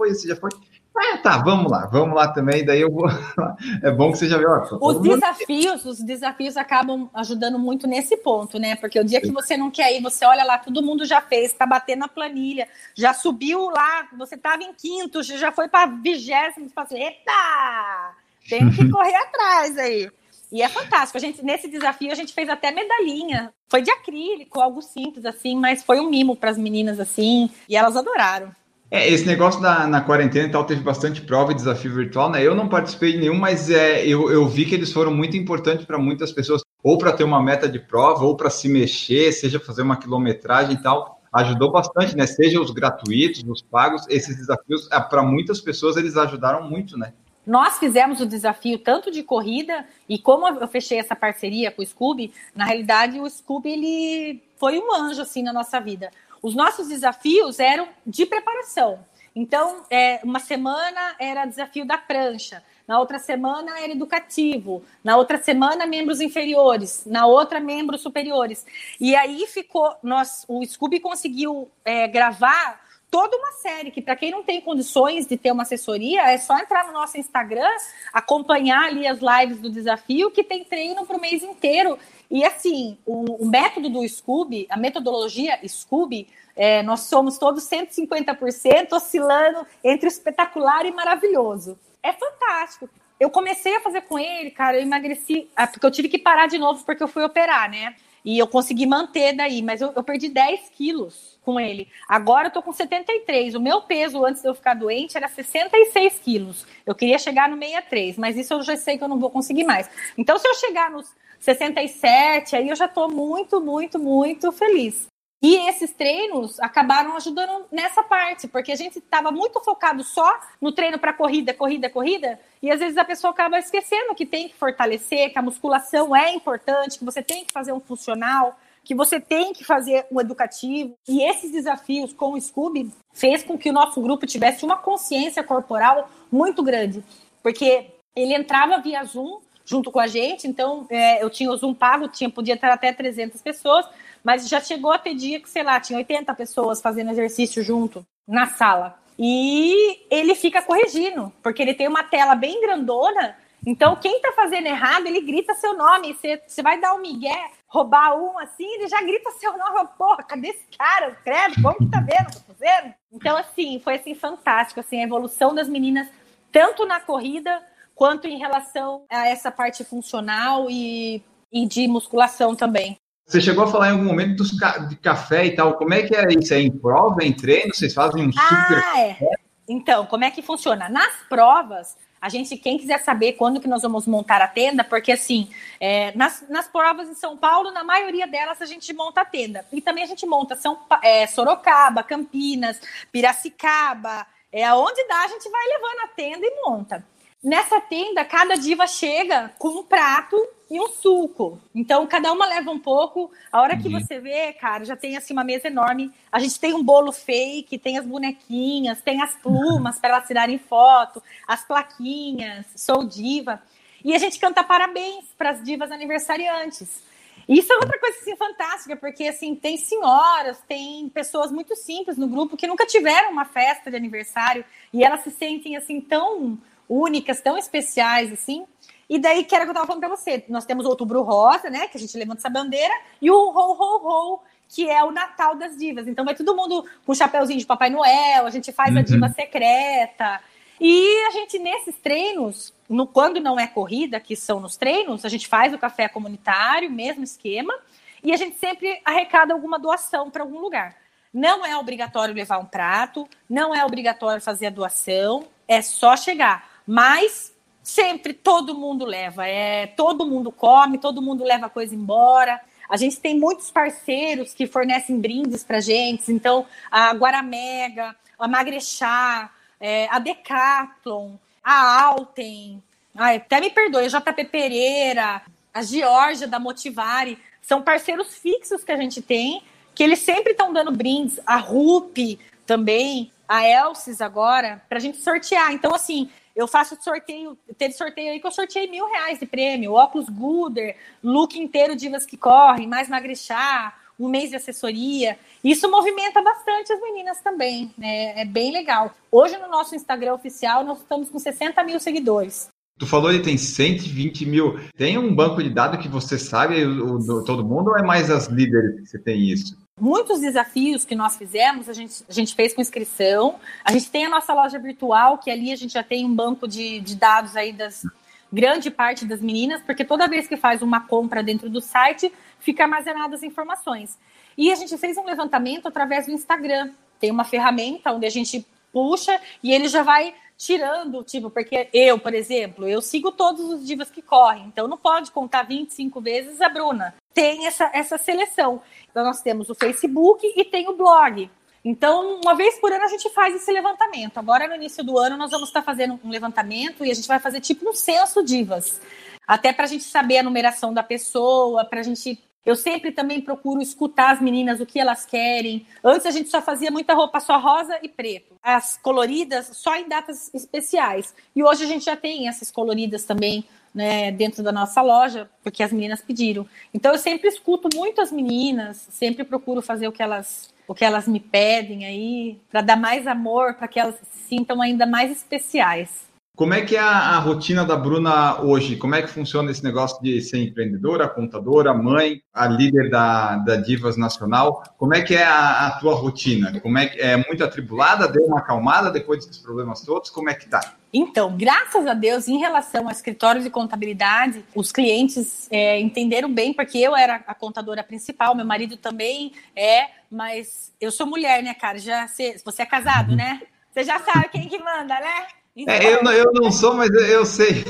Vamos lá também, daí eu vou. É bom que você já viu.
Os desafios acabam ajudando muito nesse ponto, né? Porque o dia que você não quer ir, você olha lá, todo mundo já fez, tá batendo na planilha, já subiu lá, você tava em quinto, já foi para 20º, você fala assim, eita! Tem que correr atrás aí. E é fantástico. Nesse desafio, a gente fez até medalhinha. Foi de acrílico, algo simples assim, mas foi um mimo para as meninas assim, e elas adoraram.
Esse negócio na quarentena e tal, teve bastante prova e desafio virtual, né? Eu não participei de nenhum, mas eu vi que eles foram muito importantes para muitas pessoas, ou para ter uma meta de prova, ou para se mexer, seja fazer uma quilometragem e tal. Ajudou bastante, né? Seja os gratuitos, os pagos, esses desafios, para muitas pessoas, eles ajudaram muito, né?
Nós fizemos o desafio tanto de corrida, e como eu fechei essa parceria com o Scooby, na realidade o Scooby ele foi um anjo assim na nossa vida. Os nossos desafios eram de preparação. Então, uma semana era desafio da prancha, na outra semana era educativo, na outra semana membros inferiores, na outra membros superiores. E aí o Scooby conseguiu gravar toda uma série que, para quem não tem condições de ter uma assessoria, é só entrar no nosso Instagram, acompanhar ali as lives do desafio, que tem treino para o mês inteiro. E assim, o método do Scooby, a metodologia Scooby, nós somos todos 150%, oscilando entre o espetacular e maravilhoso. É fantástico. Eu comecei a fazer com ele, cara, eu emagreci, porque eu tive que parar de novo porque eu fui operar, né? E eu consegui manter daí, mas eu perdi 10 quilos com ele. Agora eu tô com 73. O meu peso antes de eu ficar doente era 66 quilos. Eu queria chegar no 63, mas isso eu já sei que eu não vou conseguir mais. Então, se eu chegar nos 67, aí eu já tô muito, muito, muito feliz. E esses treinos acabaram ajudando nessa parte, porque a gente estava muito focado só no treino para corrida, e às vezes a pessoa acaba esquecendo que tem que fortalecer, que a musculação é importante, que você tem que fazer um funcional, que você tem que fazer um educativo. E esses desafios com o Scooby fez com que o nosso grupo tivesse uma consciência corporal muito grande, porque ele entrava via Zoom junto com a gente, então eu tinha o Zoom pago, podia ter até 300 pessoas, mas já chegou a ter dia que, tinha 80 pessoas fazendo exercício junto na sala. E ele fica corrigindo, porque ele tem uma tela bem grandona, então quem tá fazendo errado, ele grita seu nome, você vai dar um migué, roubar um assim, ele já grita seu nome, porra, cadê esse cara? Credo, como que tá vendo o que eu tô fazendo? Então, assim, foi assim, fantástico, assim, a evolução das meninas, tanto na corrida, quanto em relação a essa parte funcional e de musculação também.
Você chegou a falar em algum momento de café e tal. Como é que é isso? É em prova, em treino? Vocês fazem um super café?
Então, como é que funciona? Nas provas, Quem quiser saber quando que nós vamos montar a tenda, porque assim, nas provas em São Paulo, na maioria delas a gente monta a tenda. E também a gente monta Sorocaba, Campinas, Piracicaba, aonde dá a gente vai levando a tenda e monta. Nessa tenda, cada diva chega com um prato e um suco. Então, cada uma leva um pouco. A hora que você vê, cara, já tem assim uma mesa enorme. A gente tem um bolo fake, tem as bonequinhas, tem as plumas para elas tirarem foto, as plaquinhas, sou diva. E a gente canta parabéns para as divas aniversariantes. Isso é outra coisa assim, fantástica, porque assim, tem senhoras, tem pessoas muito simples no grupo que nunca tiveram uma festa de aniversário e elas se sentem assim tão únicas, tão especiais, assim. E daí, que era o que eu estava falando para você, nós temos o Outubro Rosa, né, que a gente levanta essa bandeira, e o Ho, Ho, Ho, que é o Natal das divas. Então vai todo mundo com um chapeuzinho de Papai Noel, a gente faz a diva secreta. E a gente, nesses treinos, quando não é corrida, que são nos treinos, a gente faz o café comunitário, mesmo esquema, e a gente sempre arrecada alguma doação para algum lugar. Não é obrigatório levar um prato, não é obrigatório fazer a doação, é só chegar. Mas sempre todo mundo leva, todo mundo come, todo mundo leva coisa embora. A gente tem muitos parceiros que fornecem brindes pra gente, então a Guaramega, a Magrechá, a Decathlon, a Alten, até me perdoe, a JP Pereira, a Georgia da Motivare, são parceiros fixos que a gente tem, que eles sempre estão dando brindes, a RUP também, a Elsis agora, pra gente sortear. Então, assim, eu faço sorteio, teve sorteio aí que eu sorteei R$1.000 de prêmio, óculos Gooder, look inteiro Divas que Correm, mais Magrechá, um mês de assessoria. Isso movimenta bastante as meninas também, né? É bem legal. Hoje, no nosso Instagram oficial, nós estamos com 60 mil seguidores.
Tu falou que tem 120 mil. Tem um banco de dados que você sabe, todo mundo, ou é mais as líderes que você tem isso?
Muitos desafios que nós fizemos, a gente fez com inscrição. A gente tem a nossa loja virtual, que ali a gente já tem um banco de dados aí das grande parte das meninas, porque toda vez que faz uma compra dentro do site, fica armazenadas as informações. E a gente fez um levantamento através do Instagram. Tem uma ferramenta onde a gente puxa e ele já vai tirando, tipo, porque eu, por exemplo, eu sigo todos os divas que correm, então não pode contar 25 vezes a Bruna. Tem essa seleção. Então nós temos o Facebook e tem o blog. Então, uma vez por ano a gente faz esse levantamento. Agora, no início do ano, nós vamos estar fazendo um levantamento e a gente vai fazer tipo um censo divas. Até para a gente saber a numeração da pessoa, para a gente... Eu sempre também procuro escutar as meninas, o que elas querem. Antes a gente só fazia muita roupa só rosa e preto. As coloridas só em datas especiais. E hoje a gente já tem essas coloridas também, né, dentro da nossa loja, porque as meninas pediram. Então eu sempre escuto muito as meninas, sempre procuro fazer o que elas me pedem aí, para dar mais amor, para que elas se sintam ainda mais especiais.
Como é que é a rotina da Bruna hoje? Como é que funciona esse negócio de ser empreendedora, contadora, mãe, a líder da Divas Nacional? Como é que é a tua rotina? Como é muito atribulada? Deu uma acalmada depois dos problemas todos? Como é que tá?
Então, graças a Deus, em relação ao escritório de contabilidade, os clientes entenderam bem, porque eu era a contadora principal, meu marido também mas eu sou mulher, né, cara? Você é casado, né? Você já sabe quem que manda, né? Então...
eu não sou, mas eu sei.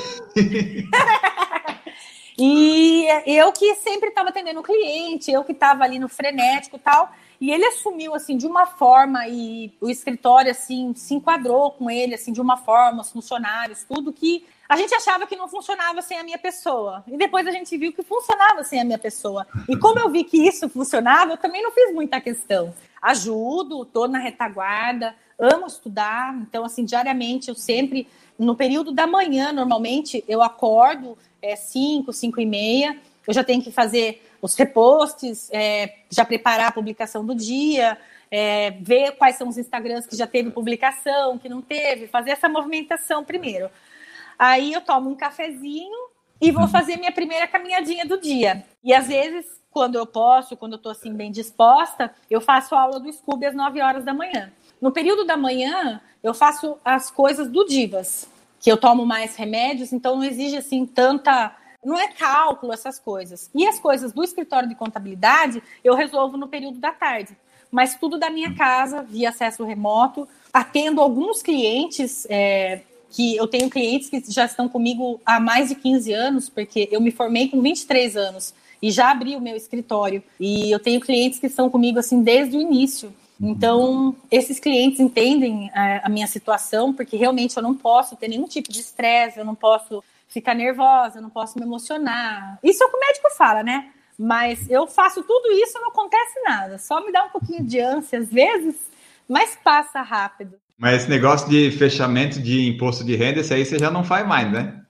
E eu que sempre estava atendendo o cliente, eu que estava ali no frenético e tal, e ele assumiu, assim, de uma forma, e o escritório, assim, se enquadrou com ele, assim, de uma forma, os funcionários, tudo que a gente achava que não funcionava sem a minha pessoa. E depois a gente viu que funcionava sem a minha pessoa. E como eu vi que isso funcionava, eu também não fiz muita questão. Ajudo, estou na retaguarda, amo estudar, então, assim, diariamente eu sempre, no período da manhã, normalmente, eu acordo 5, 5:30, eu já tenho que fazer os reposts, já preparar a publicação do dia, ver quais são os Instagrams que já teve publicação, que não teve, fazer essa movimentação primeiro. Aí eu tomo um cafezinho e vou fazer minha primeira caminhadinha do dia. E às vezes, quando eu posso, quando eu tô assim bem disposta, eu faço a aula do Scooby às 9 horas da manhã. No período da manhã, eu faço as coisas do Divas, que eu tomo mais remédios, então não exige assim tanta... Não é cálculo, essas coisas. E as coisas do escritório de contabilidade, eu resolvo no período da tarde. Mas tudo da minha casa, via acesso remoto. Atendo alguns clientes que eu tenho clientes que já estão comigo há mais de 15 anos, porque eu me formei com 23 anos e já abri o meu escritório. E eu tenho clientes que estão comigo assim desde o início. Então, esses clientes entendem a minha situação, porque realmente eu não posso ter nenhum tipo de estresse, eu não posso ficar nervosa, eu não posso me emocionar. Isso é o que o médico fala, né? Mas eu faço tudo isso e não acontece nada. Só me dá um pouquinho de ânsia às vezes, mas passa rápido.
Mas esse negócio de fechamento de imposto de renda, isso aí você já não faz mais, né?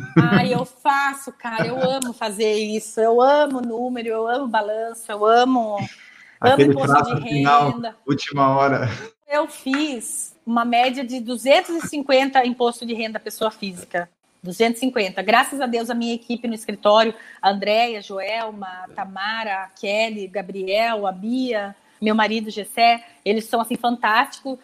Eu faço, cara. Eu amo fazer isso. Eu amo número, eu amo balanço, eu amo imposto de renda. Final,
última hora.
Eu fiz uma média de 250 imposto de renda pessoa física. 250. Graças a Deus, a minha equipe no escritório, a Andréia, a Joelma, a Tamara, a Kelly, Gabriel, a Bia, meu marido, Gessé, eles são assim fantásticos.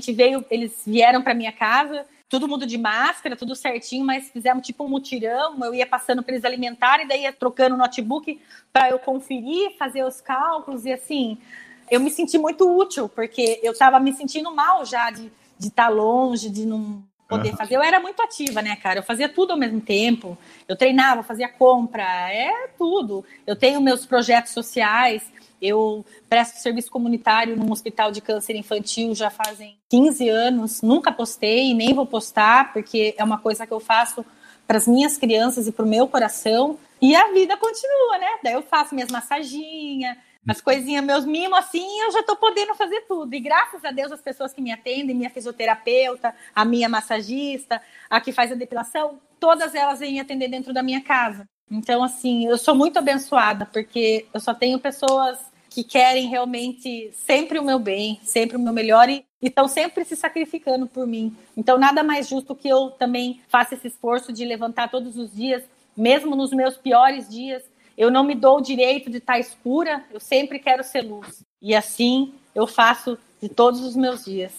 Eles vieram para minha casa, todo mundo de máscara, tudo certinho, mas fizemos tipo um mutirão, eu ia passando para eles alimentarem, daí ia trocando o notebook para eu conferir, fazer os cálculos, e assim, eu me senti muito útil, porque eu estava me sentindo mal já de estar longe, de não poder fazer. Eu era muito ativa, né, cara? Eu fazia tudo ao mesmo tempo, eu treinava, fazia compra, tudo. Eu tenho meus projetos sociais, eu presto serviço comunitário num hospital de câncer infantil já fazem 15 anos, nunca postei, nem vou postar, porque é uma coisa que eu faço para as minhas crianças e para o meu coração, e a vida continua, né? Daí eu faço minhas massaginhas, as coisinhas, meus mimos, assim, eu já estou podendo fazer tudo. E graças a Deus, as pessoas que me atendem, minha fisioterapeuta, a minha massagista, a que faz a depilação, todas elas vêm atender dentro da minha casa. Então, assim, eu sou muito abençoada, porque eu só tenho pessoas que querem realmente sempre o meu bem, sempre o meu melhor e estão sempre se sacrificando por mim. Então, nada mais justo que eu também faça esse esforço de levantar todos os dias, mesmo nos meus piores dias. Eu não me dou o direito de estar escura, eu sempre quero ser luz. E assim eu faço de todos os meus dias.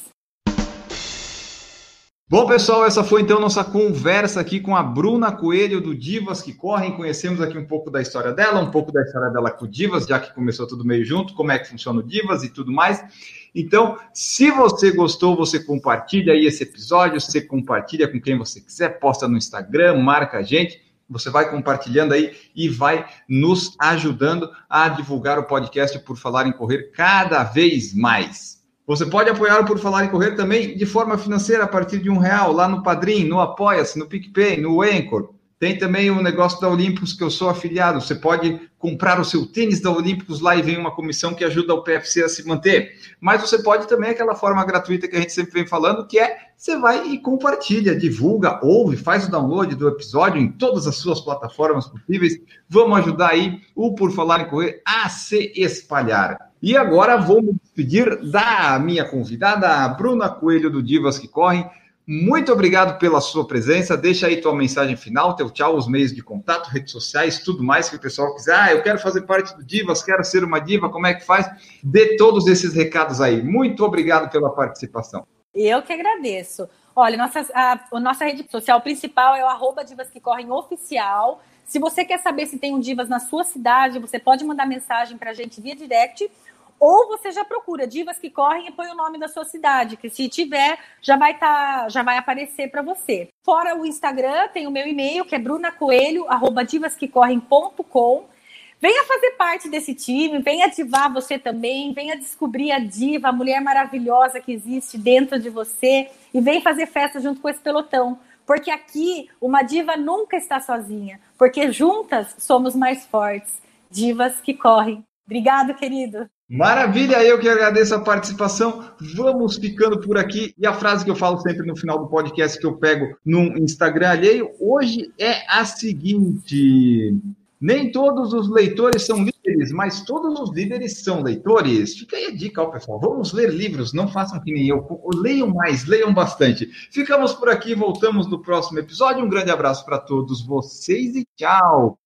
Bom, pessoal, essa foi então nossa conversa aqui com a Bruna Coelho do Divas que Correm. Conhecemos aqui um pouco da história dela, um pouco da história dela com o Divas, já que começou tudo meio junto, como é que funciona o Divas e tudo mais. Então, se você gostou, você compartilha aí esse episódio, você compartilha com quem você quiser, posta no Instagram, marca a gente. Você vai compartilhando aí e vai nos ajudando a divulgar o podcast Por Falar em Correr cada vez mais. Você pode apoiar o Por Falar em Correr também de forma financeira a partir de R$1 lá no Padrim, no Apoia-se, no PicPay, no Anchor. Tem também o negócio da Olímpicos que eu sou afiliado. Você pode comprar o seu tênis da Olímpicos lá e vem uma comissão que ajuda o PFC a se manter. Mas você pode também aquela forma gratuita que a gente sempre vem falando, que é você vai e compartilha, divulga, ouve, faz o download do episódio em todas as suas plataformas possíveis. Vamos ajudar aí o Por Falar em Correr a se espalhar. E agora vou me despedir da minha convidada, a Bruna Coelho do Divas que Correm. Muito obrigado pela sua presença. Deixa aí tua mensagem final, teu tchau, os meios de contato, redes sociais, tudo mais que o pessoal quiser. Eu quero fazer parte do Divas, quero ser uma diva, como é que faz? Dê todos esses recados aí. Muito obrigado pela participação.
Eu que agradeço. Olha, a nossa rede social principal é o @divasquecorremoficial. Se você quer saber se tem um Divas na sua cidade, você pode mandar mensagem para a gente via direct. Ou você já procura Divas que Correm e põe o nome da sua cidade, que se tiver, já vai aparecer para você. Fora o Instagram, tem o meu e-mail, que é brunacoelho@divasquecorrem.com. Venha fazer parte desse time, venha divar você também, venha descobrir a diva, a mulher maravilhosa que existe dentro de você e venha fazer festa junto com esse pelotão. Porque aqui, uma diva nunca está sozinha, porque juntas somos mais fortes. Divas que Correm. Obrigado, querido.
Maravilha, eu que agradeço a participação. Vamos ficando por aqui. E a frase que eu falo sempre no final do podcast que eu pego num Instagram alheio, hoje é a seguinte: nem todos os leitores são líderes, mas todos os líderes são leitores. Fica aí a dica, pessoal. Vamos ler livros, não façam que nem eu. Leiam mais, leiam bastante. Ficamos por aqui, voltamos no próximo episódio. Um grande abraço para todos vocês e tchau!